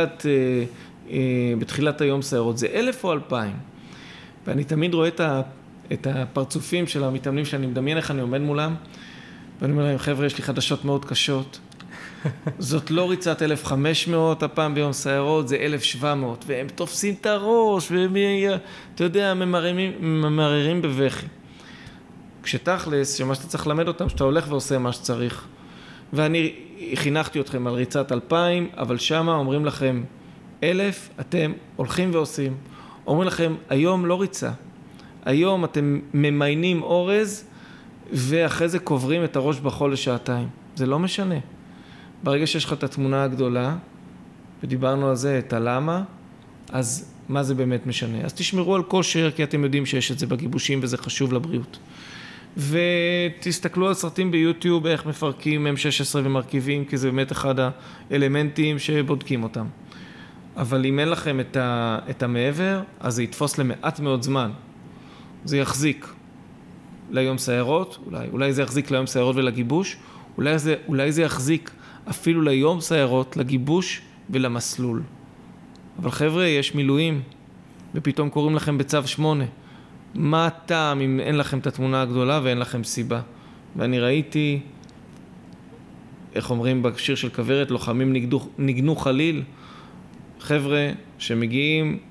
בתחילת היום סיירות? זה 1,000 או 2,000? ואני תמיד רואה את הפרצופים של המתאמנים שאני מדמיין איך אני עומד מולם, ואני אומר להם, חבר'ה, יש לי חדשות מאוד קשות. זאת לא ריצת 1,500 הפעם ביום סיירות, זה 1,700, והם תופסים את הראש, והם, אתה יודע, ממררים בבכי. כשתכלס, שמה שאתה צריך ללמד אותם, שאתה הולך ועושה מה שצריך. ואני חינכתי אתכם על ריצת 2,000, אבל שמה אומרים לכם 1,000, אתם הולכים ועושים. אומרים לכם, היום לא ריצה. היום אתם ממיינים אורז, ואחרי זה קוברים את הראש בחול לשעתיים. זה לא משנה. ברגע שיש לך את התמונה הגדולה, ודיברנו על זה, את הלמה, אז מה זה באמת משנה? אז תשמרו על כושר, כי אתם יודעים שיש את זה בגיבושים, וזה חשוב לבריאות. ותסתכלו על סרטים ביוטיוב, איך מפרקים M16 ומרכיבים, כי זה באמת אחד האלמנטים שבודקים אותם. אבל אם אין לכם את המעבר, אז זה יתפוס למעט מאוד זמן. זה יחזיק ליום סיירות, אולי זה יחזיק ליום סיירות ולגיבוש, אולי זה יחזיק אפילו ליום סיירות, לגיבוש ולמסלול. אבל חבר'ה, יש מילואים, ופתאום קוראים לכם בצו 8. מה הטעם אם אין לכם את התמונה הגדולה ואין לכם סיבה? ואני ראיתי, איך אומרים בשיר של כברת, לוחמים ניגנו חליל, חבר'ה שמגיעים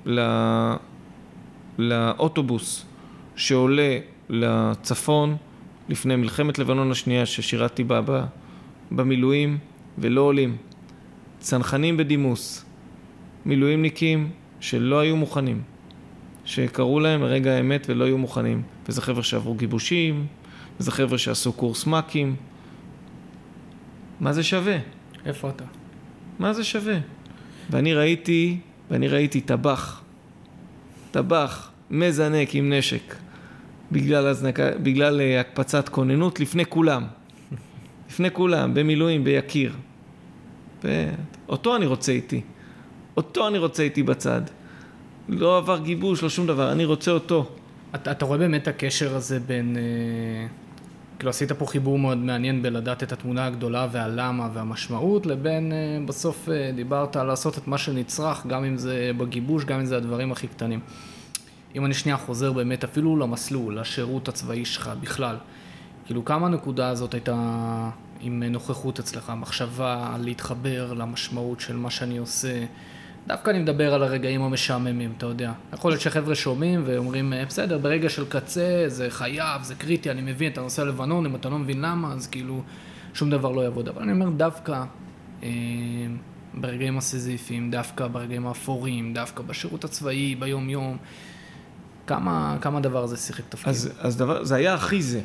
לאוטובוס שעולה לצפון, לפני מלחמת לבנון השנייה ששירתי בה במילואים, ולא עולים. צנחנים בדימוס, מילואימניקים שלא היו מוכנים, שקראו להם לרגע האמת ולא היו מוכנים. וזה חבר'ה שעברו גיבושים, וזה חבר'ה שעשו קורס מקים. מה זה שווה? איפה אתה? מה זה שווה? ואני ראיתי טבח מזנק עם נשק, בגלל הקפצת כוננות לפני כולם, במילואים, ביקיר. אותו אני רוצה איתי. אותו אני רוצה איתי בצד. לא עבר גיבוש, לא שום דבר, אני רוצה אותו. אתה רואה באמת הקשר הזה בין... כאילו עשית פה חיבור מאוד מעניין בלדעת את התמונה הגדולה והלמה והמשמעות, לבין בסוף דיברת על לעשות את מה שנצרך, גם אם זה בגיבוש, גם אם זה הדברים הכי קטנים. אם אני שנייה חוזר באמת אפילו למסלול, לשירות הצבאי שלך בכלל, כאילו כמה הנקודה הזאת הייתה עם נוכחות אצלך, מחשבה להתחבר למשמעות של מה שאני עושה, דווקא אני מדבר על הרגעים המשעממים, אתה יודע. יכול להיות שחבר'ה שומעים ואומרים, בסדר, ברגע של קצה, זה חייב, זה קריטי, אני מבין, אתה נוסע לבנון, אם אתה לא מבין למה, אז כאילו שום דבר לא יעבוד. אבל אני אומר, דווקא ברגעים הסיזיפיים, דווקא ברגעים האפורים, דווקא בשירות הצבאי, ביום-יום, כמה הדבר הזה שיחק תפקיד? אז זה היה הכי זה.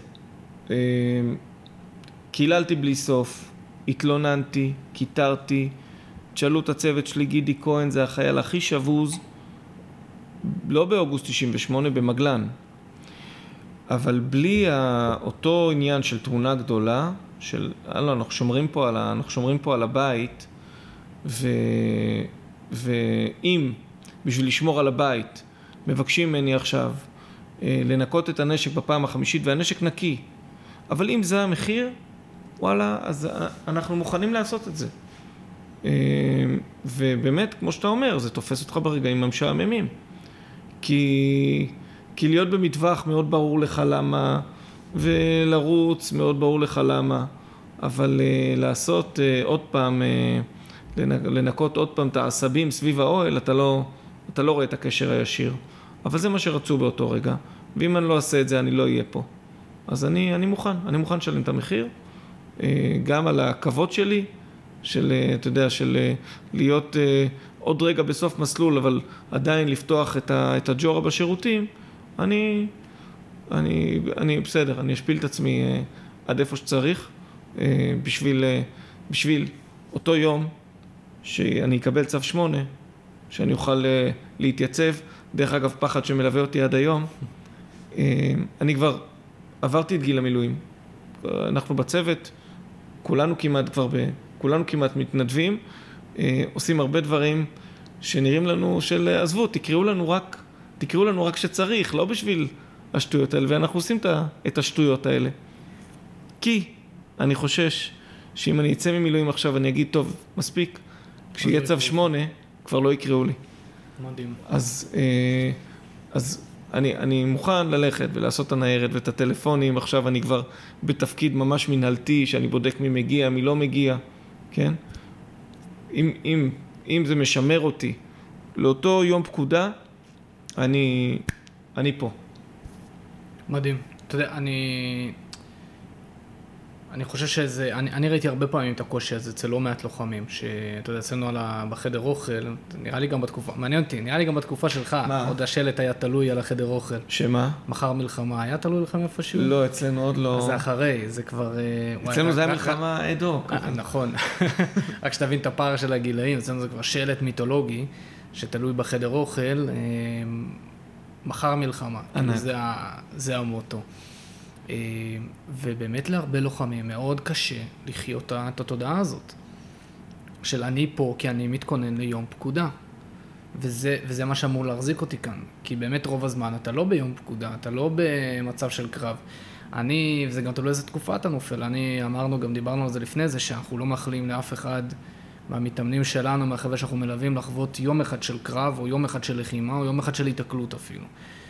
קיללתי בלי סוף, התלוננתי, קיטרתי, תשאלו את הצוות שלי, גידי כהן, זה החייל הכי שבוז, לא באוגוסט 98, במגלן. אבל בלי אותו עניין של תמונה גדולה, אנחנו שומרים פה על הבית, ואם בשביל לשמור על הבית, מבקשים ממני עכשיו לנקות את הנשק בפעם החמישית, והנשק נקי. אבל אם זה המחיר, וואלה, אז אנחנו מוכנים לעשות את זה. ובאמת, כמו שאתה אומר, זה תופס אותך ברגעים המשעממים. כי להיות במטווח מאוד ברור לך למה, ולרוץ מאוד ברור לך למה, אבל לעשות עוד פעם, לנקות עוד פעם את העשבים סביב האוהל, אתה לא רואה את הקשר הישיר. אבל זה מה שרצו באותו רגע. ואם אני לא אעשה את זה, אני לא אהיה פה. אז אני מוכן לשלם את המחיר, גם על הכבוד שלי, אתה יודע, של להיות עוד רגע בסוף מסלול, אבל עדיין לפתוח את הג'ורה בשירותים, אני בסדר, אני אשפיל את עצמי עד איפה שצריך, בשביל אותו יום שאני אקבל צו 8, שאני אוכל להתייצב, דרך אגב פחד שמלווה אותי עד היום, אני כבר עברתי את גיל המילואים, אנחנו בצוות, כולנו כמעט מתנדבים, עושים הרבה דברים שנראים לנו של עזבו, תקראו לנו רק שצריך, לא בשביל השטויות האלה, ואנחנו עושים את השטויות האלה. כי אני חושש שאם אני אצא ממילואים עכשיו אני אגיד, טוב, מספיק, כשיהיה צו 8 כבר לא יקראו לי. מדהים. אז אני מוכן ללכת ולעשות את הניירת ואת הטלפונים, עכשיו אני כבר בתפקיד ממש מנהלתי, שאני בודק מי מגיע, מי לא מגיע, כן? אם זה משמר אותי לאותו יום פקודה, אני פה. מדהים. אתה יודע, אני חושב שזה, אני ראיתי הרבה פעמים את הקושי הזה אצל לא מעט לוחמים, שאתה יודע, אצלנו בחדר אוכל, נראה לי גם בתקופה, מעניין אותי, נראה לי גם בתקופה שלך, עוד השלט היה תלוי על החדר אוכל. שמה? מחר מלחמה, היה תלוי לכם איפשהו? לא, אצלנו עוד לא. זה אחרי, זה כבר... אצלנו זה היה מלחמה אדוק. נכון, רק שתבין את הפער של הגילאים, אצלנו זה כבר שלט מיתולוגי, שתלוי בחדר אוכל, מחר מלחמה, זה המוטו. ובאמת להרבה לוחמים מאוד קשה לחיות את התודעה הזאת של אני פה כי אני מתכונן ליום פקודה, וזה מה שאמור להחזיק אותי כאן, כי באמת רוב הזמן אתה לא ביום פקודה, אתה לא במצב של קרב. וזה גם תלוי איזה תקופה אתה נופל, גם דיברנו על זה לפני זה, שאנחנו לא מאחלים לאף אחד מהמתאמנים שלנו, מהחבר'ה שאנחנו מלווים, לחוות יום אחד של קרב או יום אחד של לחימה או יום אחד של התקלות אפילו.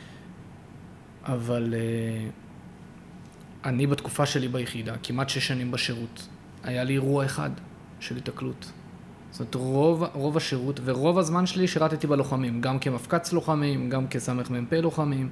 אבל אני בתקופה שלי ביחידה, כמעט 6 שנים בשירות, היה לי אירוע אחד של התקלות. זאת אומרת, רוב השירות ורוב הזמן שלי שירתתי בלוחמים, גם כמפקץ לוחמים, גם כסמך מ"פ לוחמים.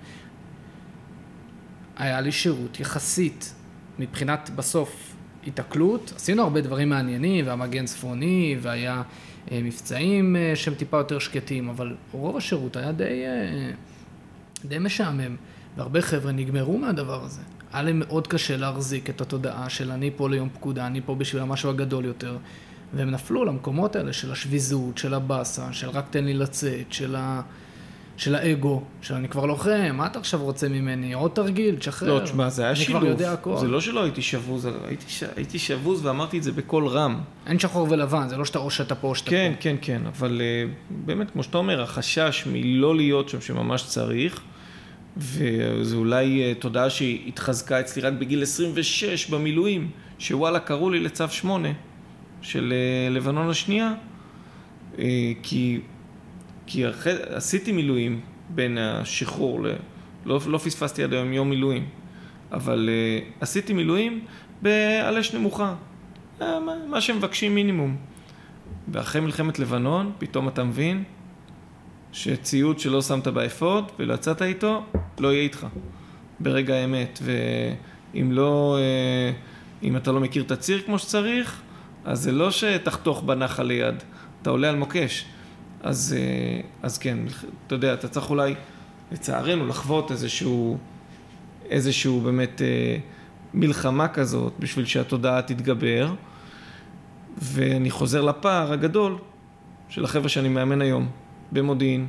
היה לי שירות יחסית, מבחינת בסוף התקלות, עשינו הרבה דברים מעניינים, והמגן צפוני, והיה מבצעים שהם טיפה יותר שקטים, אבל רוב השירות היה די משעמם, והרבה חבר'ה נגמרו מהדבר הזה. היה לי מאוד קשה להחזיק את התודעה של אני פה ליום פקודה, אני פה בשביל המשהו הגדול יותר, והם נפלו למקומות האלה של השביזות, של הבאסה, של רק תן לי לצאת, של האגו, שאני כבר לוחם, מה אתה עכשיו רוצה ממני? עוד תרגיל, תשחרר. לא, תשמע, זה היה שילוב. אני כבר יודע הכל. זה לא שלא הייתי שבוז, הייתי שבוז ואמרתי את זה בקול רם. אין שחור ולבן, זה לא שאתה או שאתה פה או שאתה כן, פה. כן, כן, אבל באמת, כמו שאתה אומר, החשש מלא להיות שם שממש צריך, וזו אולי תודעה שהתחזקה אצלי רק בגיל 26 במילואים, שוואלה, קראו לי לצו 8 של לבנון השנייה, כי עשיתי מילואים בין השחרור, לא פספסתי עד היום יום מילואים, אבל עשיתי מילואים על אש נמוכה, מה שמבקשים מינימום. ואחרי מלחמת לבנון, פתאום אתה מבין שציוד שלא שמת באפוד ולא יצאת איתו, לא יהיה איתך ברגע האמת. ואם לא, אם אתה לא מכיר את הציר כמו שצריך, אז זה לא שתחתוך בנחל ליד, אתה עולה על מוקש. אז כן, אתה יודע, אתה צריך אולי לצערנו לחוות איזשהו באמת מלחמה כזאת בשביל שהתודעה תתגבר. ואני חוזר לפער הגדול של החבר'ה שאני מאמן היום במודיעין.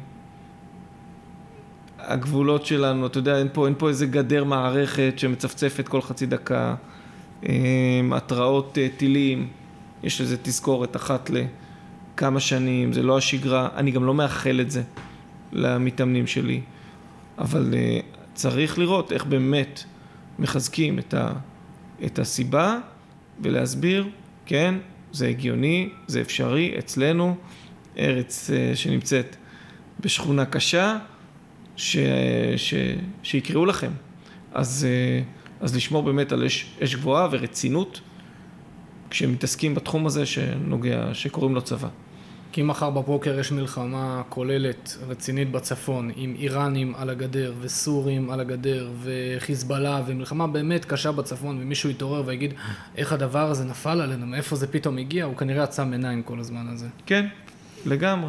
הגבולות שלנו, אתה יודע, אין פה איזה גדר מערכת שמצפצפת כל חצי דקה, התראות טילים, יש איזה תזכורת אחת לכמה שנים, זה לא השגרה, אני גם לא מאחל את זה למתאמנים שלי, אבל צריך לראות איך באמת מחזקים את הסיבה ולהסביר, כן, זה הגיוני, זה אפשרי, אצלנו, ארץ שנמצאת בשכונה קשה, שיקראו לכם. אז לשמור באמת על אש גבוהה ורצינות, כשמתעסקים בתחום הזה שקוראים לו צבא. כי מחר בבוקר יש מלחמה כוללת רצינית בצפון, עם איראנים על הגדר וסורים על הגדר וחיזבאללה, ומלחמה באמת קשה בצפון, ומישהו יתעורר ויגיד איך הדבר הזה נפל עלינו, מאיפה זה פתאום הגיע, הוא כנראה עצם עיניים כל הזמן הזה. כן, לגמרי.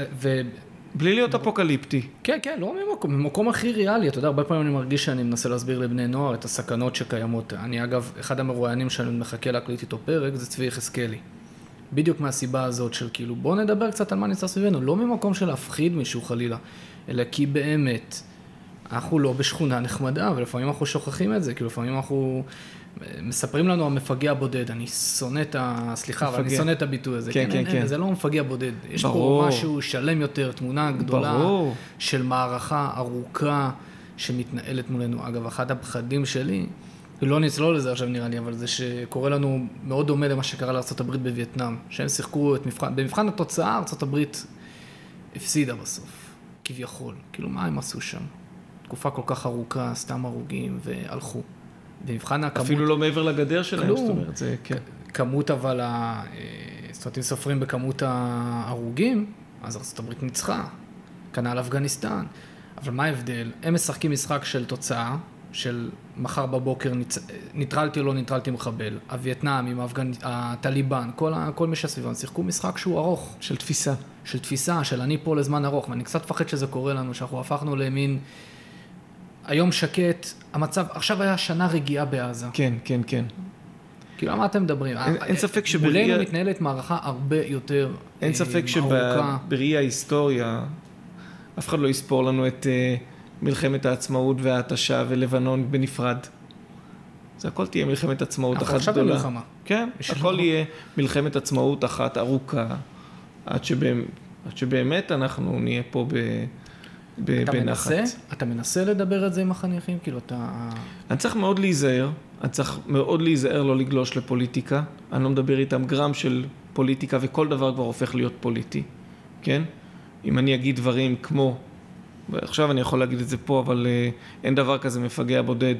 בלי להיות אפוקליפטי. כן, כן, לא ממקום הכי ריאלי. אתה יודע, הרבה פעמים אני מרגיש שאני מנסה להסביר לבני נוער את הסכנות שקיימות. אני אגב, אחד המרואיינים שאני מחכה להקליט איתו פרק, זה צבי יחזקאלי. בדיוק מהסיבה הזאת של כאילו, בוא נדבר קצת על מה נמצא סביבנו, לא ממקום של להפחיד מישהו חלילה, אלא כי באמת, אנחנו לא בשכונה נחמדה, ולפעמים אנחנו שוכחים את זה, כי לפעמים אנחנו מספרים לנו המפגע בודד, אני שונא סליחה, אבל אני שונא את הביטוי הזה, כן, זה לא מפגע בודד, יש פה משהו שלם יותר, תמונה גדולה של מערכה ארוכה שמתנהלת מולנו. אגב, אחד הפחדים שלי, לא נצלול לזה עכשיו נראה לי, אבל זה שקורה לנו מאוד דומה למה שקרה לארצות הברית בווייטנאם, שהם שיחקו במבחן התוצאה, ארצות הברית הפסידה בסוף, כביכול. כאילו, מה הם עשו שם? תקופה כל כך ארוכה, סתם הרוגים והלכו. במבחן הכמות... אפילו לא מעבר לגדר שלהם, זאת אומרת, זה כן. כמות אבל, זאת אומרת, אם סופרים בכמות ההרוגים, אז ארצות הברית ניצחה, כנ"ל אפגניסטן. אבל מה ההבדל? הם משחקים משחק של תוצאה, של מחר בבוקר ניטרלתי או לא ניטרלתי מחבל, הווייטנאמים, הטליבן, כל מי שסביבם, שיחקו משחק שהוא ארוך. של תפיסה. של תפיסה, של אני פה לזמן ארוך, ואני קצת פחד שזה קורה לנו, שאנחנו הפכנו למין, היום שקט, המצב, עכשיו היה שנה רגיעה בעזה. כן, כן, כן. כאילו, מה אתם מדברים? אין ספק מולנו מתנהלת מערכה הרבה יותר ארוכה. אין ספק שבראי ההיסטוריה, אף אחד לא יספור לנו את מלחמת העצמאות וההתשה ולבנון בנפרד. זה הכל תהיה מלחמת עצמאות אחת גדולה. עכשיו במלחמה. כן, הכל יהיה מלחמת עצמאות אחת ארוכה, עד שבאמת אנחנו נהיה פה בנחת. אתה מנסה לדבר את זה עם החניכים? כאילו אתה... אני צריך מאוד להיזהר לא לגלוש לפוליטיקה. אני לא מדבר איתם גרם של פוליטיקה, וכל דבר כבר הופך להיות פוליטי. כן? אם אני אגיד דברים כמו, עכשיו אני יכול להגיד את זה פה, אבל אין דבר כזה מפגע בודד,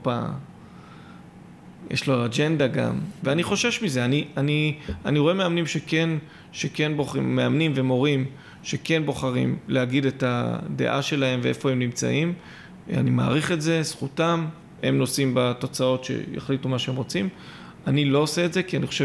יש לו אג'נדה גם, ואני חושש מזה. אני רואה מאמנים שכן בוחרים, מאמנים ומורים שכן בוחרים להגיד את הדעה שלהם ואיפה הם נמצאים. אני מעריך את זה, זכותם, הם נושאים בתוצאות שיחליטו מה שהם רוצים. אני לא עושה את זה כי אני חושב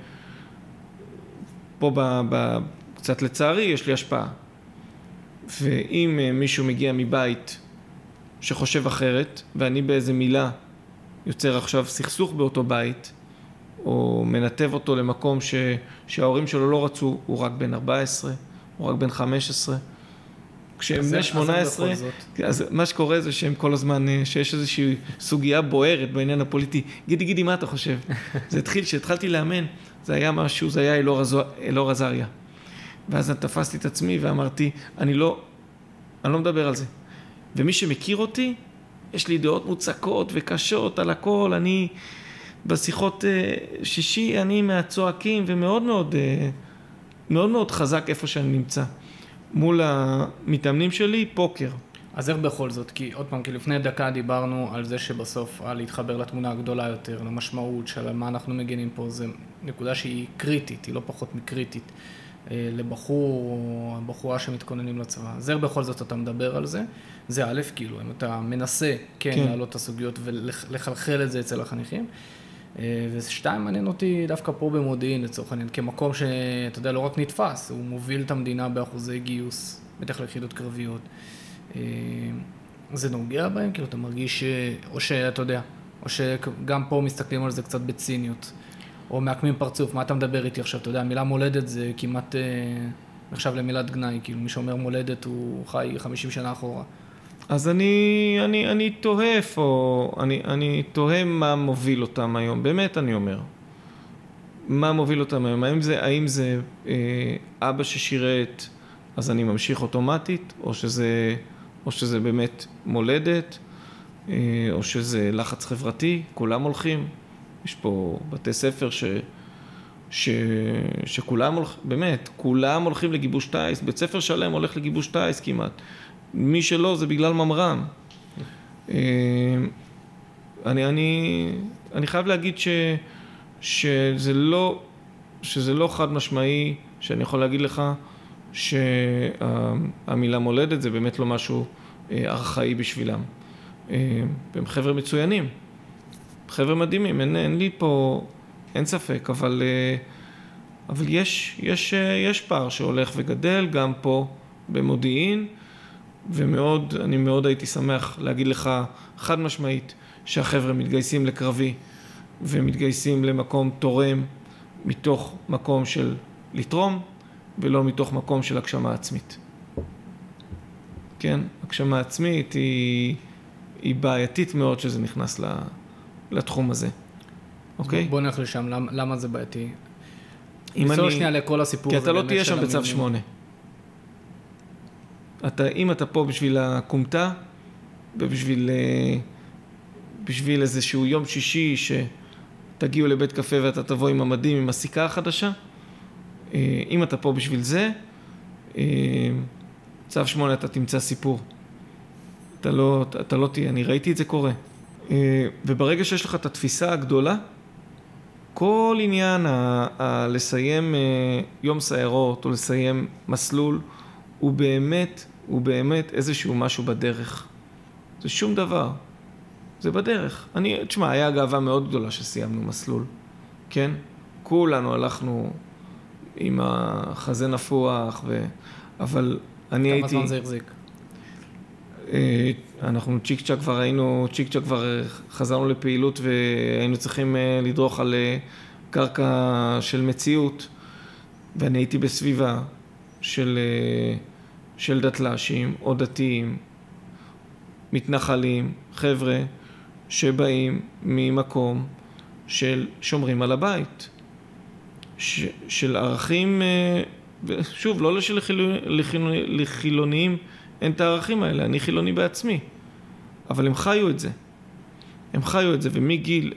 שפה קצת לצערי יש לי השפעה. ואם מישהו מגיע מבית שחושב אחרת, ואני באיזה מילה יוצר עכשיו סכסוך באותו בית, או מנתב אותו למקום שההורים שלו לא רצו, הוא רק בן 14, הוא רק בן 15, כשהם בני 18, אז מה שקורה זה שהם כל הזמן, שיש איזושהי סוגיה בוערת בעניין הפוליטי, גידי, מה אתה חושב? זה התחיל, כשהתחלתי לאמן, זה היה משהו, זה היה אלאור עזריה. ואז תפסתי את עצמי ואמרתי, אני לא מדבר על זה. ומי שמכיר אותי, יש לי דעות מוצקות וקשות על הכל, אני בשיחות שישי, אני מהצועקים ומאוד מאוד, מאוד מאוד חזק איפה שאני נמצא. מול המתאמנים שלי, פוקר. אז איך בכל זאת? כי עוד פעם, כי לפני דקה דיברנו על זה שבסוף להתחבר לתמונה הגדולה יותר, למשמעות של מה אנחנו מגנים פה, זה נקודה שהיא קריטית, היא לא פחות מקריטית, לבחור או בחורה שמתכוננים לצבא. אז איך בכל זאת אתה מדבר על זה? זה א', כאילו, אם אתה מנסה כן להעלות את הסוגיות ולחלחל את זה אצל החניכים. ושתיים, מעניין אותי דווקא פה במודיעין, לצורך העניין, כמקום שאתה יודע, לא רק נתפס, הוא מוביל את המדינה באחוזי גיוס, בטח ליחידות קרביות. זה נוגע בהם? כאילו, אתה מרגיש, או שאתה יודע, או שגם פה מסתכלים על זה קצת בציניות, או מעקמים פרצוף, מה אתה מדבר איתי עכשיו? אתה יודע, המילה מולדת זה כמעט נחשב למילת גנאי, כאילו מי שאומר מולדת הוא חי 50 שנה אחורה. אז אני תוהה איפה, אני תוהה מה מוביל אותם היום, באמת אני אומר. מה מוביל אותם היום? האם זה אבא ששירת, אז אני ממשיך אוטומטית, או שזה באמת מולדת, או שזה לחץ חברתי, כולם הולכים. יש פה בתי ספר שכולם הולכים, באמת, כולם הולכים לגיבוש טייס, בית ספר שלם הולך לגיבוש טייס כמעט. מי שלא, זה בגלל ממר"ם. אני חייב להגיד שזה לא חד משמעי, שאני יכול להגיד לך שהמילה מולדת זה באמת לא משהו ארכאי בשבילם. הם חבר'ה מצוינים, חבר'ה מדהימים, אין לי פה, אין ספק, אבל יש פער שהולך וגדל גם פה במודיעין, אני מאוד הייתי שמח להגיד לך חד משמעית שהחבר'ה מתגייסים לקרבי ומתגייסים למקום תורם מתוך מקום של לתרום ולא מתוך מקום של הגשמה עצמית. כן, הגשמה עצמית היא בעייתית מאוד שזה נכנס לתחום הזה. אוקיי? בוא נלך לשם, למה זה בעייתי? נסור שנייה לכל הסיפור. כי אתה לא תהיה שם בצו 8. אם אתה פה בשביל הקומטה, ובשביל איזשהו יום שישי שתגיעו לבית קפה ואתה תבוא עם המדים, עם הסיכה החדשה, אם אתה פה בשביל זה, צו 8 אתה תמצא סיפור. אתה לא תהיה, אני ראיתי את זה קורה. וברגע שיש לך את התפיסה הגדולה, כל עניין לסיים יום סיירות או לסיים מסלול, הוא באמת איזשהו משהו בדרך. זה שום דבר. זה בדרך. תשמע, היה גאווה מאוד גדולה שסיימנו מסלול. כן? כולנו הלכנו עם החזה נפוח, אבל אני הייתי... כמה זמן זה החזיק? אנחנו צ'יק צ'ק כבר חזרנו לפעילות והיינו צריכים לדרוך על קרקע של מציאות, ואני הייתי בסביבה של דתל"שים או דתיים, מתנחלים, חבר'ה שבאים ממקום של שומרים על הבית, של ערכים, שוב, לא לחילוניים אין את הערכים האלה, אני חילוני בעצמי, אבל הם חיו את זה, ומגיל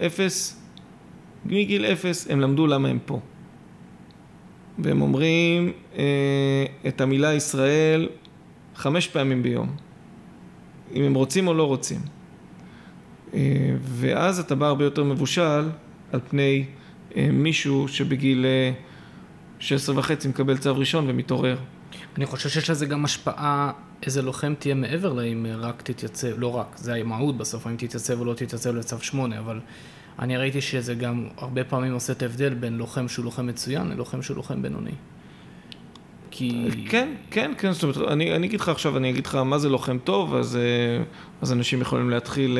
אפס הם למדו למה הם פה. והם אומרים את המילה ישראל 5 פעמים ביום, אם הם רוצים או לא רוצים. ואז אתה בא הרבה יותר מבושל על פני מישהו שבגיל 16.5 מקבל צו ראשון ומתעורר. אני חושב שיש לזה גם השפעה, איזה לוחם תהיה מעבר לה אם רק תתייצב, לא רק, זה המהות בסוף, אם תתייצב או לא תתייצב לצו 8, אבל אני ראיתי שזה גם הרבה פעמים עושה את ההבדל בין לוחם שהוא לוחם מצוין ללוחם שהוא לוחם בינוני. כן, זאת אומרת, אני אגיד לך עכשיו, אני אגיד לך מה זה לוחם טוב, אז אנשים יכולים להתחיל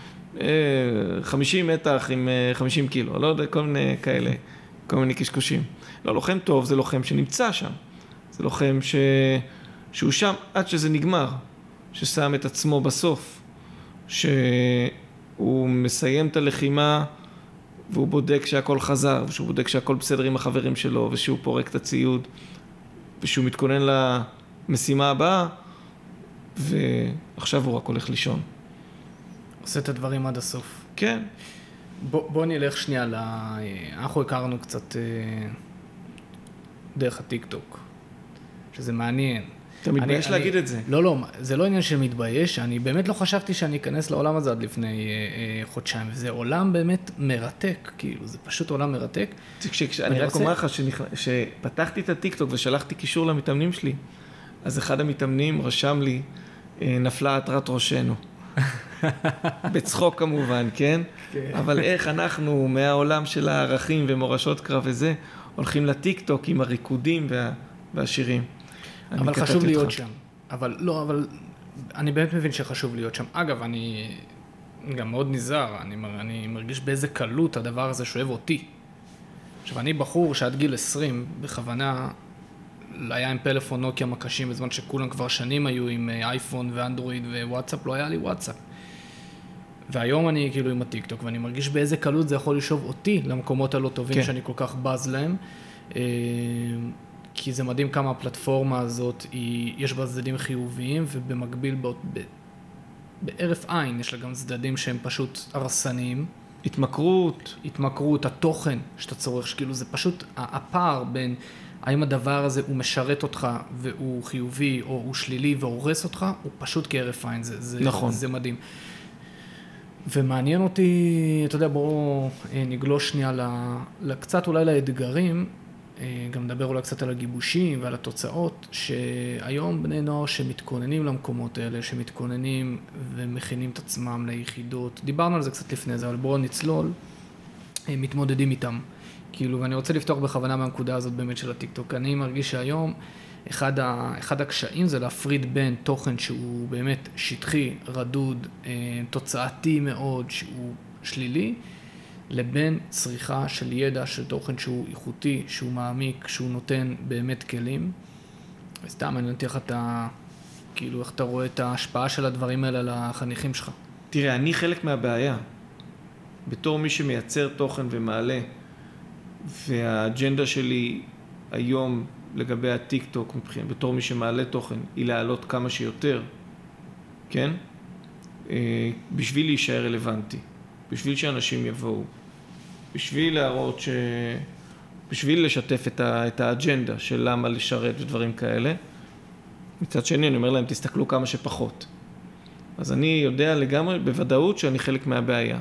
50 מתח עם 50 קילו, לא יודע, כל מיני כאלה, כל מיני קשקושים. לא, לוחם טוב זה לוחם שנמצא שם. זה לוחם שהוא שם עד שזה נגמר, ששם את עצמו בסוף, שהוא מסיים את הלחימה והוא בודק שהכל חזר, ושהוא בודק שהכל בסדר עם החברים שלו, ושהוא פורק את הציוד, ושהוא מתכונן למשימה הבאה, ועכשיו הוא רק הולך לישון. עושה את הדברים עד הסוף. כן. בוא נלך שנייה אנחנו הכרנו קצת דרך הטיק-טוק, שזה מעניין. אתה מתבייש להגיד את זה. לא, זה לא עניין של מתבייש, אני באמת לא חשבתי שאני אכנס לעולם הזה עד לפני חודשיים, וזה עולם באמת מרתק, כאילו, זה פשוט עולם מרתק. אני רק אומר לך שפתחתי את הטיק-טוק ושלחתי קישור למתאמנים שלי, אז אחד המתאמנים רשם לי, נפלה התרת ראשנו. בצחוק כמובן, כן? אבל איך אנחנו מהעולם של הערכים ומורשות קרב וזה, הולכים לטיק-טוק עם הריקודים והשירים. אבל חשוב להיות שם. אבל אני באמת מבין שחשוב להיות שם. אגב, אני גם מאוד נזהר, אני מרגיש באיזה קלות הדבר הזה שואב אותי. עכשיו, אני בחור שעד גיל 20, בכוונה, היה עם פלאפון נוקיה מקשים, בזמן שכולם כבר שנים היו עם אייפון ואנדרואיד ווואטסאפ, לא היה לי וואטסאפ. והיום אני כאילו עם הטיק-טוק, ואני מרגיש באיזה קלות זה יכול לשאוב אותי למקומות הלא טובים שאני כל כך בז להם. כי זה מדהים כמה הפלטפורמה הזאת, יש בה צדדים חיוביים, ובמקביל בערף עין יש לה גם צדדים שהם פשוט הרסניים. התמכרות, התוכן שאתה צורך, שכאילו זה פשוט הפער בין האם הדבר הזה הוא משרת אותך והוא חיובי או הוא שלילי והורס אותך, הוא פשוט כערף עין, נכון. זה מדהים. ומעניין אותי, אתה יודע, בואו נגלוש שנייה קצת אולי לאתגרים, גם נדבר אולי קצת על הגיבושים ועל התוצאות, שהיום בני נוער שמתכוננים למקומות האלה, שמתכוננים ומכינים את עצמם ליחידות, דיברנו על זה קצת לפני זה, אבל בואו נצלול, מתמודדים איתם. כאילו, ואני רוצה לפתוח בכוונה מהנקודה הזאת באמת של הטיק-טוק. אני מרגיש שהיום אחד הקשיים זה להפריד בין תוכן שהוא באמת שטחי, רדוד, תוצאתי מאוד, שהוא שלילי, לבין צריכה של ידע, של תוכן שהוא איכותי, שהוא מעמיק, שהוא נותן באמת כלים. וסתם, אני נתן לך כאילו, איך אתה רואה את ההשפעה של הדברים האלה על החניכים שלך. תראה, אני חלק מהבעיה. בתור מי שמייצר תוכן ומעלה, והאג'נדה שלי היום לגבי הטיק-טוק, בתור מי שמעלה תוכן, היא להעלות כמה שיותר, כן? בשביל להישאר רלוונטי, בשביל שאנשים יבואו, בשביל להראות בשביל לשתף את האג'נדה של למה לשרת ודברים כאלה. מצד שני, אני אומר להם, תסתכלו כמה שפחות. אז אני יודע לגמרי, בוודאות, שאני חלק מהבעיה.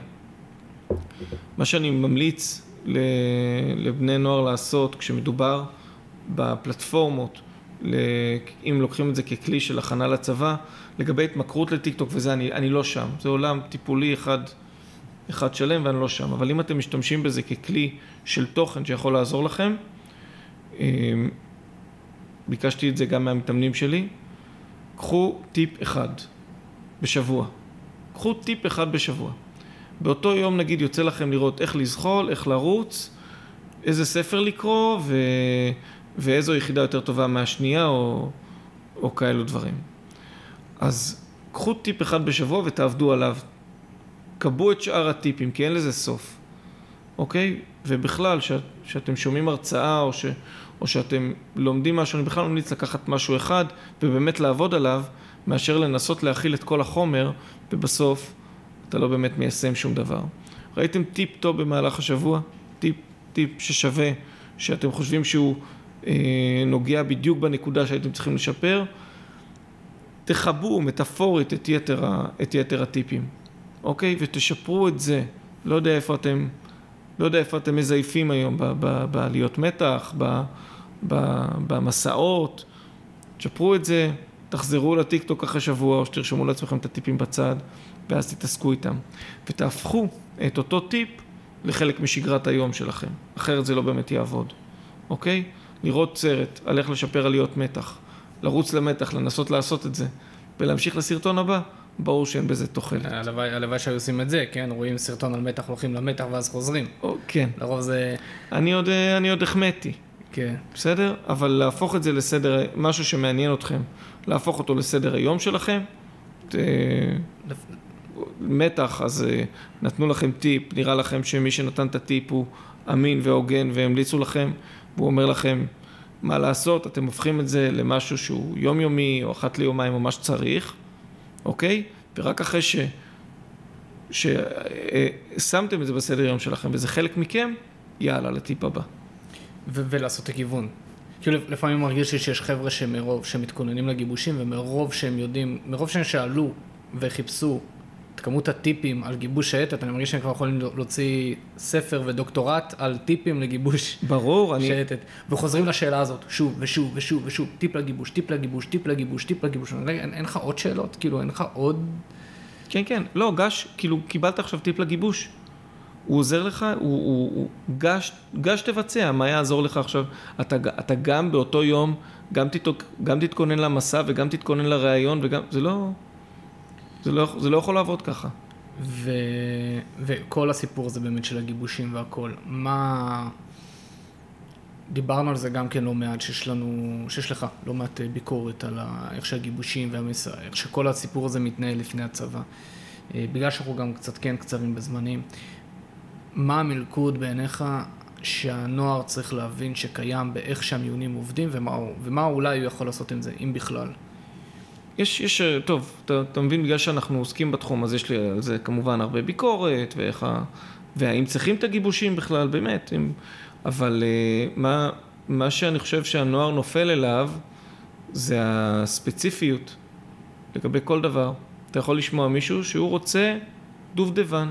מה שאני ממליץ לבני נוער לעשות כשמדובר בפלטפורמות, אם לוקחים את זה ככלי של הכנה לצבא, לגבי התמכרות לטיק-טוק וזה, אני לא שם. זה עולם טיפולי אחד שלם ואני לא שם. אבל אם אתם משתמשים בזה ככלי של תוכן שיכול לעזור לכם, ביקשתי את זה גם מהמתאמנים שלי, קחו טיפ אחד בשבוע. קחו טיפ אחד בשבוע. באותו יום נגיד יוצא לכם לראות איך לזחול, איך לרוץ, איזה ספר לקרוא ואיזו יחידה יותר טובה מהשנייה או כאלו דברים. אז קחו טיפ אחד בשבוע ותעבדו עליו. קבעו את שאר הטיפים, כי אין לזה סוף. אוקיי? ובכלל, שאתם שומעים הרצאה או שאתם לומדים משהו, אני בכלל ממליץ לקחת משהו אחד ובאמת לעבוד עליו, מאשר לנסות להכיל את כל החומר, ובסוף אתה לא באמת מיישם שום דבר. ראיתם טיפ טוב במהלך השבוע? טיפ ששווה, שאתם חושבים שהוא נוגע בדיוק בנקודה שהייתם צריכים לשפר? תחברו מטאפורית את יתר הטיפים. אוקיי? ותשפרו את זה. לא יודע איפה אתם מזייפים היום, בעליות מתח, במסעות. תשפרו את זה, תחזרו לטיק-טוק אחרי שבוע, או שתרשמו לעצמכם את הטיפים בצד, ואז תתעסקו איתם. ותהפכו את אותו טיפ לחלק משגרת היום שלכם. אחרת זה לא באמת יעבוד. אוקיי? לראות סרט, על איך לשפר עליות מתח, לרוץ למתח, לנסות לעשות את זה, ולהמשיך לסרטון הבא, ברור שאין בזה תוחלת. הלוואי שהיו עושים את זה, כן? רואים סרטון על מתח, הולכים למתח ואז חוזרים. כן. לרוב זה... אני עוד החמאתי. כן. בסדר? אבל להפוך את זה לסדר, משהו שמעניין אתכם, להפוך אותו לסדר היום שלכם, מתח, אז נתנו לכם טיפ, נראה לכם שמי שנתן את הטיפ הוא אמין והוגן והמליצו לכם, והוא אומר לכם מה לעשות, אתם הופכים את זה למשהו שהוא יומיומי או אחת ליומיים או מה שצריך, אוקיי? ורק אחרי ששמתם את זה בסדר יום שלכם וזה חלק מכם, יאללה, לטיפ הבא. ולעשות את הכיוון. כאילו לפעמים מרגיש לי שיש חבר'ה שמתכוננים לגיבושים ומרוב שהם יודעים, מרוב שהם שאלו וחיפשו את כמות הטיפים על גיבוש שייטת, אני מרגיש שהם כבר יכולים להוציא ספר ודוקטורט על טיפים לגיבוש שייטת. וחוזרים לשאלה הזאת שוב ושוב ושוב ושוב, טיפ לגיבוש, טיפ לגיבוש, טיפ לגיבוש, טיפ לגיבוש. אין לך עוד שאלות? כאילו אין לך עוד... כן, כן. לא, גש, כאילו קיבלת עכשיו טיפ לגיבוש. הוא עוזר לך, הוא גש תבצע, מה יעזור לך עכשיו? אתה גם באותו יום, גם תתכונן למסע וגם תתכונן לראיון, וגם, זה לא יכול לעבוד ככה. וכל הסיפור הזה באמת של הגיבושים והכל, מה... דיברנו על זה גם כן לא מעט, שיש לך לא מעט ביקורת על איך שהגיבושים והמסע, איך שכל הסיפור הזה מתנהל לפני הצבא. בגלל שאנחנו גם קצת כן קצרים בזמנים. מה המלכוד בעיניך שהנוער צריך להבין שקיים באיך שהמיונים עובדים, ומה אולי הוא יכול לעשות עם זה, אם בכלל? טוב, אתה מבין, בגלל שאנחנו עוסקים בתחום, אז יש לי על זה כמובן הרבה ביקורת, והאם צריכים את הגיבושים בכלל, באמת, אבל מה שאני חושב שהנוער נופל אליו, זה הספציפיות לגבי כל דבר. אתה יכול לשמוע מישהו שהוא רוצה דובדבן,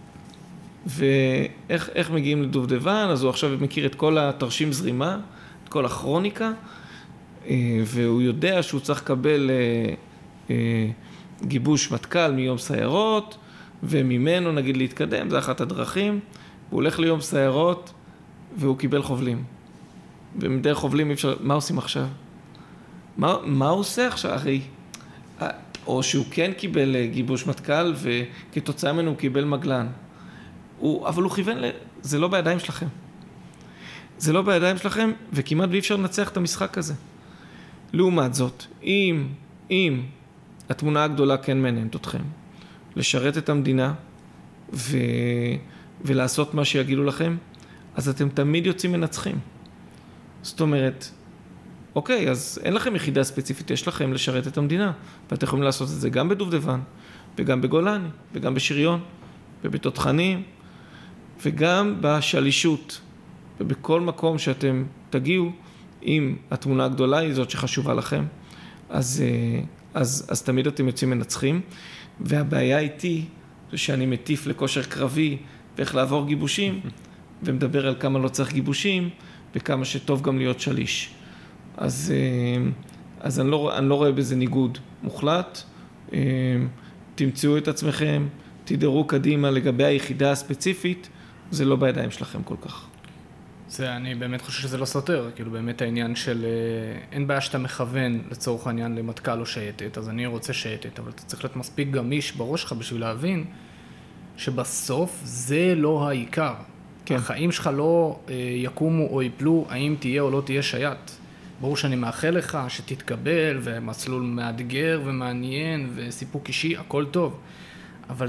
ואיך מגיעים לדובדבן, אז הוא עכשיו מכיר את כל התרשים זרימה, את כל הכרוניקה, והוא יודע שהוא צריך לקבל גיבוש מטכ"ל מיום סיירות, וממנו נגיד להתקדם, זה אחת הדרכים, הוא הולך ליום סיירות, והוא קיבל חובלים. ומדרך חובלים אי אפשר, מה עושים עכשיו? מה הוא עושה עכשיו? הרי, או שהוא כן קיבל גיבוש מטכ"ל, וכתוצאה ממנו הוא קיבל מגלן. אבל הוא כיוון, זה לא בידיים שלכם. זה לא בידיים שלכם, וכמעט אי אפשר לנצח את המשחק הזה. לעומת זאת, אם התמונה הגדולה כן מעניינת אתכם, לשרת את המדינה, ולעשות מה שיגידו לכם, אז אתם תמיד יוצאים מנצחים. זאת אומרת, אוקיי, אז אין לכם יחידה ספציפית, יש לכם לשרת את המדינה, ואתם יכולים לעשות את זה גם בדובדבן, וגם בגולני, וגם בשריון, ובתותחנים, וגם בשלישות, ובכל מקום שאתם תגיעו, אם התמונה הגדולה היא זאת שחשובה לכם, אז תמיד אתם יוצאים מנצחים, והבעיה איתי זה שאני מטיף לכושר קרבי, ואיך לעבור גיבושים, ומדבר על כמה לא צריך גיבושים, וכמה שטוב גם להיות שליש. אז אני לא רואה בזה ניגוד מוחלט, תמצאו את עצמכם, תדרו קדימה לגבי היחידה הספציפית, זה לא בידיים שלכם כל כך. אני באמת חושב שזה לא סותר, כאילו באמת העניין של, אין בעיה שאתה מכוון לצורך העניין למטכ"ל או שייטת, אז אני רוצה שייטת, אבל אתה צריך להיות מספיק גמיש בראש שלך בשביל להבין שבסוף זה לא העיקר. כן. החיים שלך לא יקומו או ייפלו, האם תהיה או לא תהיה שייט. ברור שאני מאחל לך שתתקבל, ומסלול מאתגר ומעניין, וסיפוק אישי, הכל טוב. אבל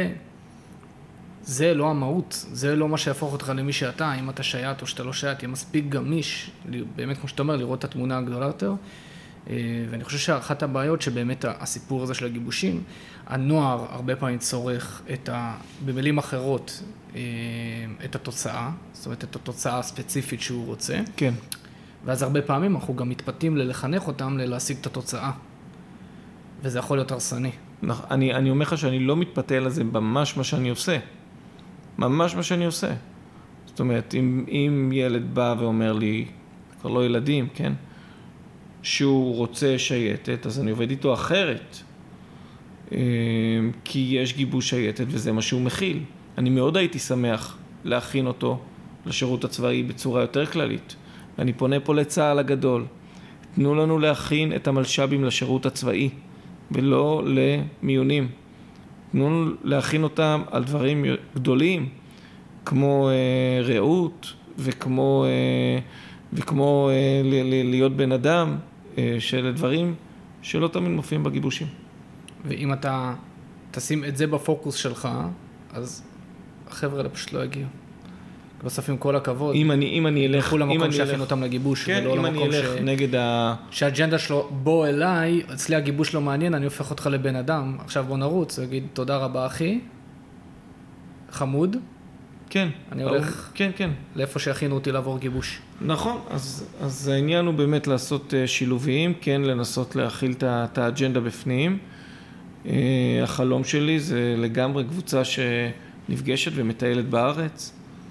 זה לא המהות, זה לא מה שיהפוך אותך למי שאתה, אם אתה שייט או שאתה לא שייט, תהיה מספיק גמיש, באמת כמו שאתה אומר, לראות את התמונה הגדולה יותר. ואני חושב שאחת הבעיות שבאמת הסיפור הזה של הגיבושים, הנוער הרבה פעמים צורך במילים אחרות, את התוצאה, זאת אומרת את התוצאה הספציפית שהוא רוצה. כן. ואז הרבה פעמים אנחנו גם מתפתים ללחנך אותם להשיג את התוצאה. וזה יכול להיות הרסני. אני אומר לך שאני לא מתפתה לזה ממש מה שאני עושה. ממש מה שאני עושה. זאת אומרת, אם ילד בא ואומר לי, כבר לא ילדים, כן? שהוא רוצה שייטת, אז אני עובד איתו אחרת. כי יש גיבוש שייטת וזה מה שהוא מכיל. אני מאוד הייתי שמח להכין אותו לשירות הצבאי בצורה יותר כללית. ואני פונה פה לצה"ל הגדול. תנו לנו להכין את המלש"בים לשירות הצבאי, ולא למיונים. תנו לנו להכין אותם על דברים גדולים, כמו רעות וכמו וכמו להיות בן אדם, של דברים שלא תמיד מופיעים בגיבושים. ואם אתה תשים את זה בפוקוס שלך, אז החבר'ה האלה פשוט לא יגיעו. בסוף עם כל הכבוד, אם אני אלך, ילכו למקום שיכין אותם לגיבוש, כן, אם אני אלך נגד שהאג'נדה שלו, בוא אליי, אצלי הגיבוש לא מעניין, אני הופך אותך לבן אדם, עכשיו בוא נרוץ, הוא יגיד תודה רבה אחי, חמוד, כן, אני הולך כן. לאיפה שיכינו אותי לעבור גיבוש. נכון, אז העניין הוא באמת לעשות שילוביים, כן, לנסות להכיל את האג'נדה בפנים. החלום שלי זה לגמרי קבוצה שנפגשת ומטיילת בארץ,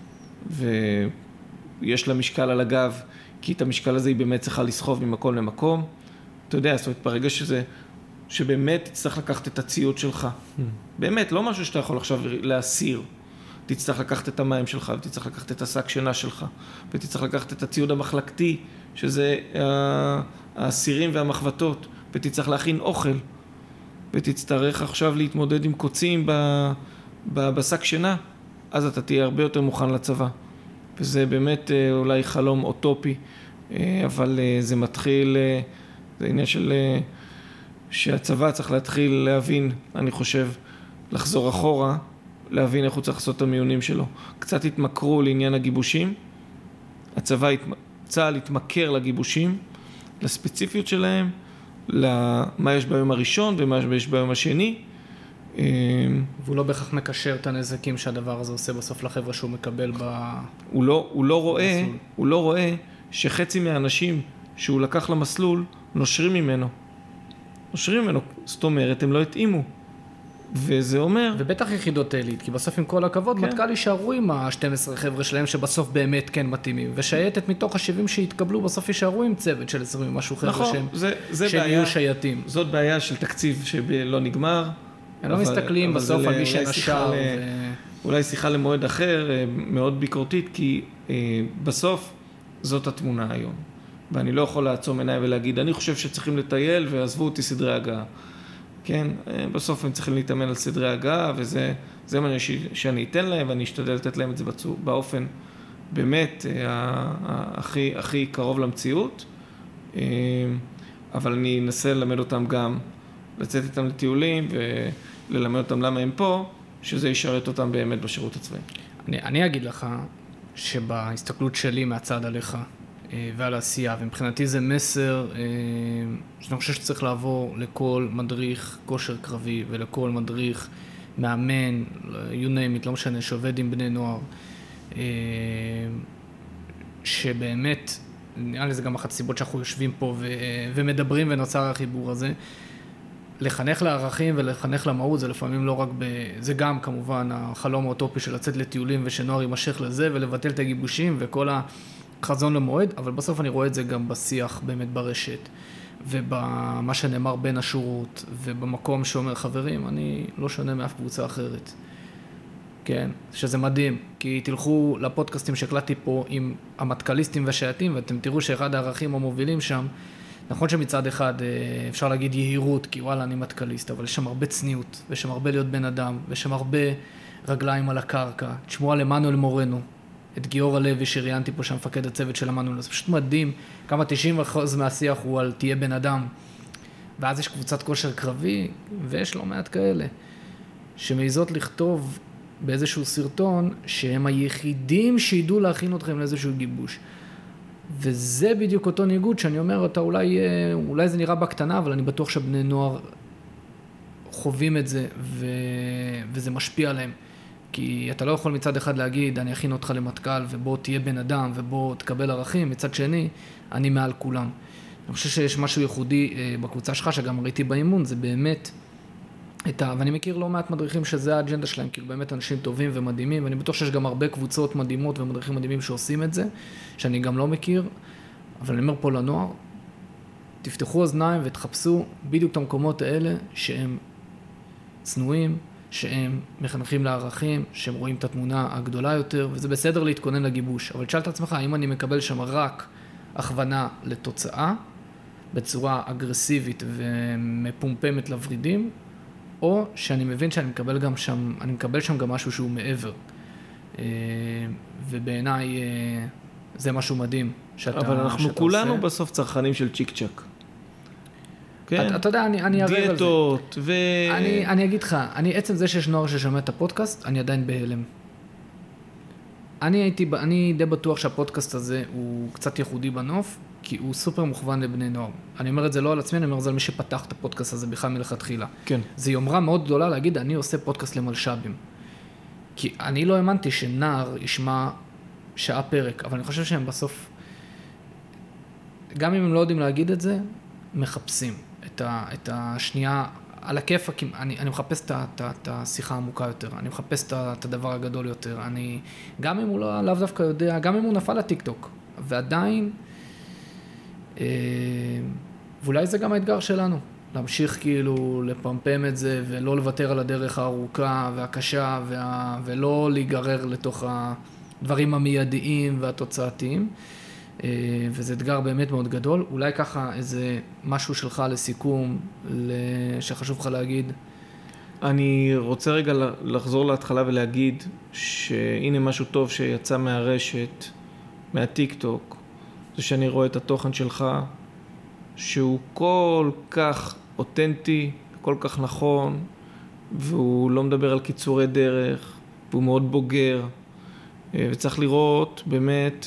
ויש לה משקל על הגב, כי את המשקל הזה היא באמת צריכה לסחוב ממקום למקום. אתה יודע, זאת אומרת, ברגע שבאמת תצטרך לקחת את הציוד שלך. באמת, לא משהו שאתה יכול עכשיו להסיר. תצטרך לקחת את המים שלך, ותצטרך לקחת את השק שינה שלך, ותצטרך לקחת את הציוד המחלקתי, שזה הסירים והמחבטות, ותצטרך להכין אוכל, ותצטרך עכשיו להתמודד עם קוצים בשק שינה, אז אתה תהיה הרבה יותר מוכן לצבא. וזה באמת אולי חלום אוטופי, אבל זה מתחיל, זה עניין שהצבא צריך להתחיל להבין, אני חושב, לחזור אחורה, להבין איך הוא צריך לעשות את המיונים שלו. קצת התמכרו לעניין הגיבושים, צה"ל התמכר לגיבושים, לספציפיות שלהם, למה יש ביום הראשון ומה יש ביום השני. והוא לא בהכרח מקשר את הנזקים שהדבר הזה עושה בסוף לחבר'ה שהוא מקבל הוא לא רואה שחצי מהאנשים שהוא לקח למסלול נושרים ממנו. זאת אומרת, הם לא התאימו. וזה אומר... ובטח יחידות עילית, כי בסוף עם כל הכבוד, כן. מטכ"ל יישארו עם ה-12 חבר'ה שלהם שבסוף באמת כן מתאימים, ושייטת מתוך ה-70 שהתקבלו, בסוף יישארו עם צוות של 20 ומשהו חבר'ה נכון, שהם יהיו שייטים. זאת בעיה של תקציב שלא נגמר. הם לא מסתכלים בסוף על מי שנשר. אולי שיחה למועד אחר, מאוד ביקורתית, כי בסוף זאת התמונה היום. ואני לא יכול לעצום עיניי ולהגיד, אני חושב שצריכים לטייל ועזבו אותי סדרי הגעה. כן, בסוף הם צריכים להתאמן על סדרי הגעה, וזה מה שאני אתן להם, ואני אשתדל לתת להם את זה באופן באמת הכי קרוב למציאות, אבל אני אנסה ללמד אותם גם, לצאת איתם לטיולים, וללמד אותם למה הם פה, שזה ישרת אותם באמת בשירות הצבאי. אני אגיד לך שבהסתכלות שלי מהצד עליך, ועל העשייה, ומבחינתי זה מסר שאני חושב שצריך לעבור לכל מדריך כושר קרבי ולכל מדריך מאמן, you name it, לא משנה, שעובד עם בני נוער, שבאמת, נראה לי זה גם אחת הסיבות שאנחנו יושבים פה ומדברים ונוצר החיבור הזה, לחנך לערכים ולחנך למהות, זה לפעמים לא רק זה גם כמובן החלום האוטופי של לצאת לטיולים ושנוער יימשך לזה ולבטל את הגיבושים וכל חזון למועד, אבל בסוף אני רואה את זה גם בשיח באמת ברשת, ובמה שנאמר בין השורות, ובמקום שאומר חברים, אני לא שונה מאף קבוצה אחרת. כן, שזה מדהים, כי תלכו לפודקאסטים שהקלטתי פה עם המטכ"ליסטים והשייטים, ואתם תראו שאחד הערכים המובילים שם, נכון שמצד אחד אפשר להגיד יהירות, כי וואלה אני מטכ"ליסט, אבל יש שם הרבה צניעות, ויש שם הרבה להיות בן אדם, ויש שם הרבה רגליים על הקרקע. תשמעו על עמנואל מורנו, את גיאור הלוי שראיינתי פה שם מפקד הצוות של עמנואל, זה פשוט מדהים כמה 90% מהשיח הוא על תהיה בן אדם, ואז יש קבוצת כושר קרבי, ויש לא מעט כאלה, שמעיזות לכתוב באיזשהו סרטון, שהם היחידים שידעו להכין אתכם לאיזשהו גיבוש. וזה בדיוק אותו ניגוד שאני אומר, אתה אולי זה נראה בקטנה, אבל אני בטוח שבני נוער חווים את זה, וזה משפיע עליהם. כי אתה לא יכול מצד אחד להגיד, אני אכין אותך למטכ"ל, ובוא תהיה בן אדם, ובוא תקבל ערכים, מצד שני, אני מעל כולם. אני חושב שיש משהו ייחודי בקבוצה שלך, שגם ראיתי באימון, זה באמת, ואני מכיר לא מעט מדריכים שזה האג'נדה שלהם, כאילו באמת אנשים טובים ומדהימים, ואני בטוח שיש גם הרבה קבוצות מדהימות ומדריכים מדהימים שעושים את זה, שאני גם לא מכיר, אבל אני אומר פה לנוער, תפתחו אוזניים ותחפשו בדיוק את המקומות האלה שהם צנועים, שהם מחנכים לערכים, שהם רואים את התמונה הגדולה יותר, וזה בסדר להתכונן לגיבוש. אבל תשאל את עצמך, האם אני מקבל שם רק הכוונה לתוצאה, בצורה אגרסיבית ומפומפמת לברידים, או שאני מבין שאני מקבל שם גם משהו שהוא מעבר. ובעיניי זה משהו מדהים. אבל אנחנו כולנו בסוף צרכנים של צ'יק צ'ק. כן? אתה יודע, אני אערב על זה. דיאטות אני אגיד לך, עצם זה שיש נוער ששומע את הפודקאסט, אני עדיין בהלם. אני די בטוח שהפודקאסט הזה הוא קצת ייחודי בנוף, כי הוא סופר מוכוון לבני נוער. אני אומר את זה לא על עצמי, אני אומר את זה על מי שפתח את הפודקאסט הזה בכלל מלכתחילה. כן. זה יומרה מאוד גדולה להגיד, אני עושה פודקאסט למלשבים. כי אני לא האמנתי שנער ישמע שעה פרק, אבל אני חושב שהם בסוף, גם אם הם לא יודעים להגיד את זה, מחפשים את השנייה על הכיף, אני מחפש את השיחה העמוקה יותר, אני מחפש את הדבר הגדול יותר, גם אם הוא לאו דווקא יודע, גם אם הוא נפל לטיקטוק, ועדיין, ואולי זה גם האתגר שלנו, להמשיך כאילו לפמפם את זה, ולא לוותר על הדרך הארוכה והקשה, ולא להיגרר לתוך הדברים המיידיים והתוצאתיים, וזה אתגר באמת מאוד גדול. אולי ככה איזה משהו שלך לסיכום, שחשוב לך להגיד? אני רוצה רגע לחזור להתחלה ולהגיד שהנה משהו טוב שיצא מהרשת, מהטיק טוק, זה שאני רואה את התוכן שלך, שהוא כל כך אותנטי, כל כך נכון, והוא לא מדבר על קיצורי דרך, והוא מאוד בוגר, וצריך לראות באמת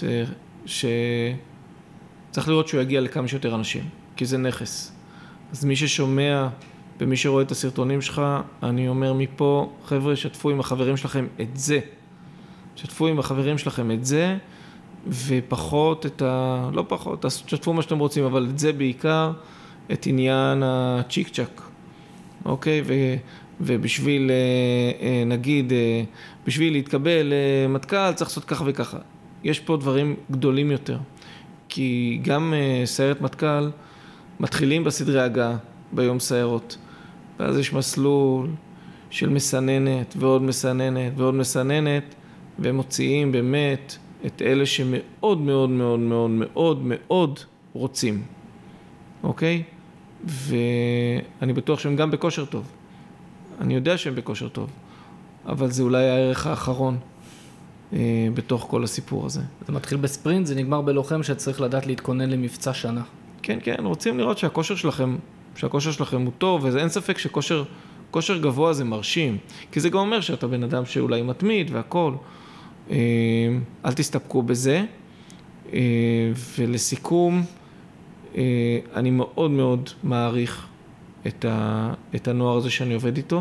צריך לראות שהוא יגיע לכמה שיותר אנשים, כי זה נכס. אז מי ששומע ומי שרואה את הסרטונים שלך, אני אומר מפה, חבר'ה, שתפו עם החברים שלכם את זה. שתפו עם החברים שלכם את זה, ופחות לא פחות, שתפו מה שאתם רוצים, אבל את זה בעיקר, את עניין הצ'יק צ'ק. אוקיי? ובשביל, נגיד, בשביל להתקבל מטכ"ל, צריך לעשות ככה וככה. יש פה דברים גדולים יותר, כי גם סיירת מטכ"ל מתחילים בסדרי הגעה ביום סיירות, ואז יש מסלול של מסננת ועוד מסננת ועוד מסננת, והם מוציאים באמת את אלה שמאוד מאוד מאוד מאוד מאוד מאוד רוצים, אוקיי? ואני בטוח שהם גם בכושר טוב, אני יודע שהם בכושר טוב, אבל זה אולי הערך האחרון בתוך כל הסיפור הזה. זה מתחיל בספרינט, זה נגמר בלוחם שצריך לדעת להתכונן למבצע שנה. כן, כן, רוצים לראות שהכושר שלכם הוא טוב, ואין ספק שכושר גבוה זה מרשים, כי זה גם אומר שאתה בן אדם שאולי מתמיד והכל. אל תסתפקו בזה. ולסיכום, אני מאוד מאוד מעריך את הנוער הזה שאני עובד איתו.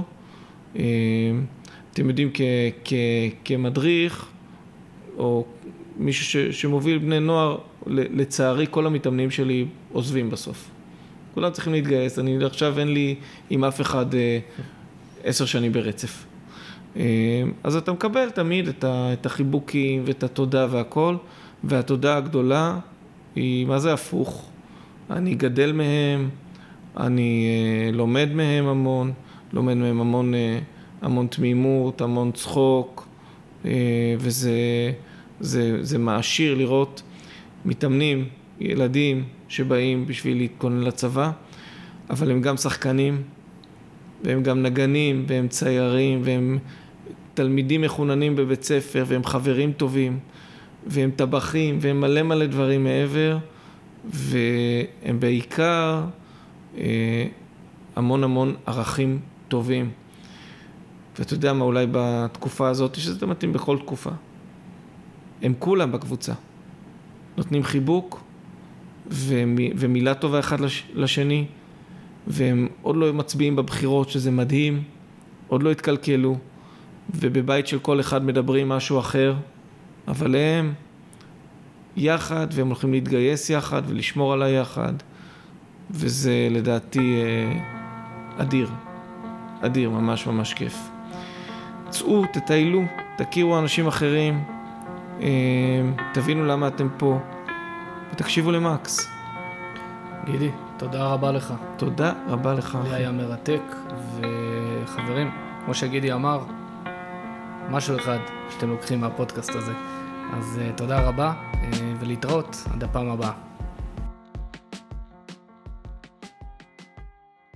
אתם יודעים, כמדריך, או מישהו שמוביל בני נוער, לצערי כל המתאמנים שלי עוזבים בסוף. כולם צריכים להתגייס, אני עכשיו אין לי עם אף אחד 10 שנים ברצף. אז אתה מקבל תמיד את החיבוקים ואת התודה והכל, והתודה הגדולה היא, מה זה הפוך? אני גדל מהם, אני לומד מהם המון, המון תמימות, המון צחוק, וזה מעשיר לראות מתאמנים, ילדים שבאים בשביל להתכונן לצבא, אבל הם גם שחקנים, והם גם נגנים, והם ציירים, והם תלמידים מחוננים בבית ספר, והם חברים טובים, והם טבחים, והם מלא דברים מעבר, והם בעיקר המון ערכים טובים. ואתה יודע מה, אולי בתקופה הזאת, שזה מתאים בכל תקופה. הם כולם בקבוצה. נותנים חיבוק, ומילה טובה אחד לשני, והם עוד לא מצביעים בבחירות, שזה מדהים, עוד לא התקלקלו, ובבית של כל אחד מדברים משהו אחר, אבל הם יחד, והם הולכים להתגייס יחד, ולשמור על היחד, וזה לדעתי אדיר, ממש כיף. צאו, תטיילו, תכירו אנשים אחרים, תבינו למה אתם פה, ותקשיבו למקס. גידי, תודה רבה לך. תודה רבה לך. לי היה מרתק, וחברים, כמו שגידי אמר, משהו אחד שאתם לוקחים מהפודקאסט הזה. אז תודה רבה, ולהתראות עד הפעם הבאה.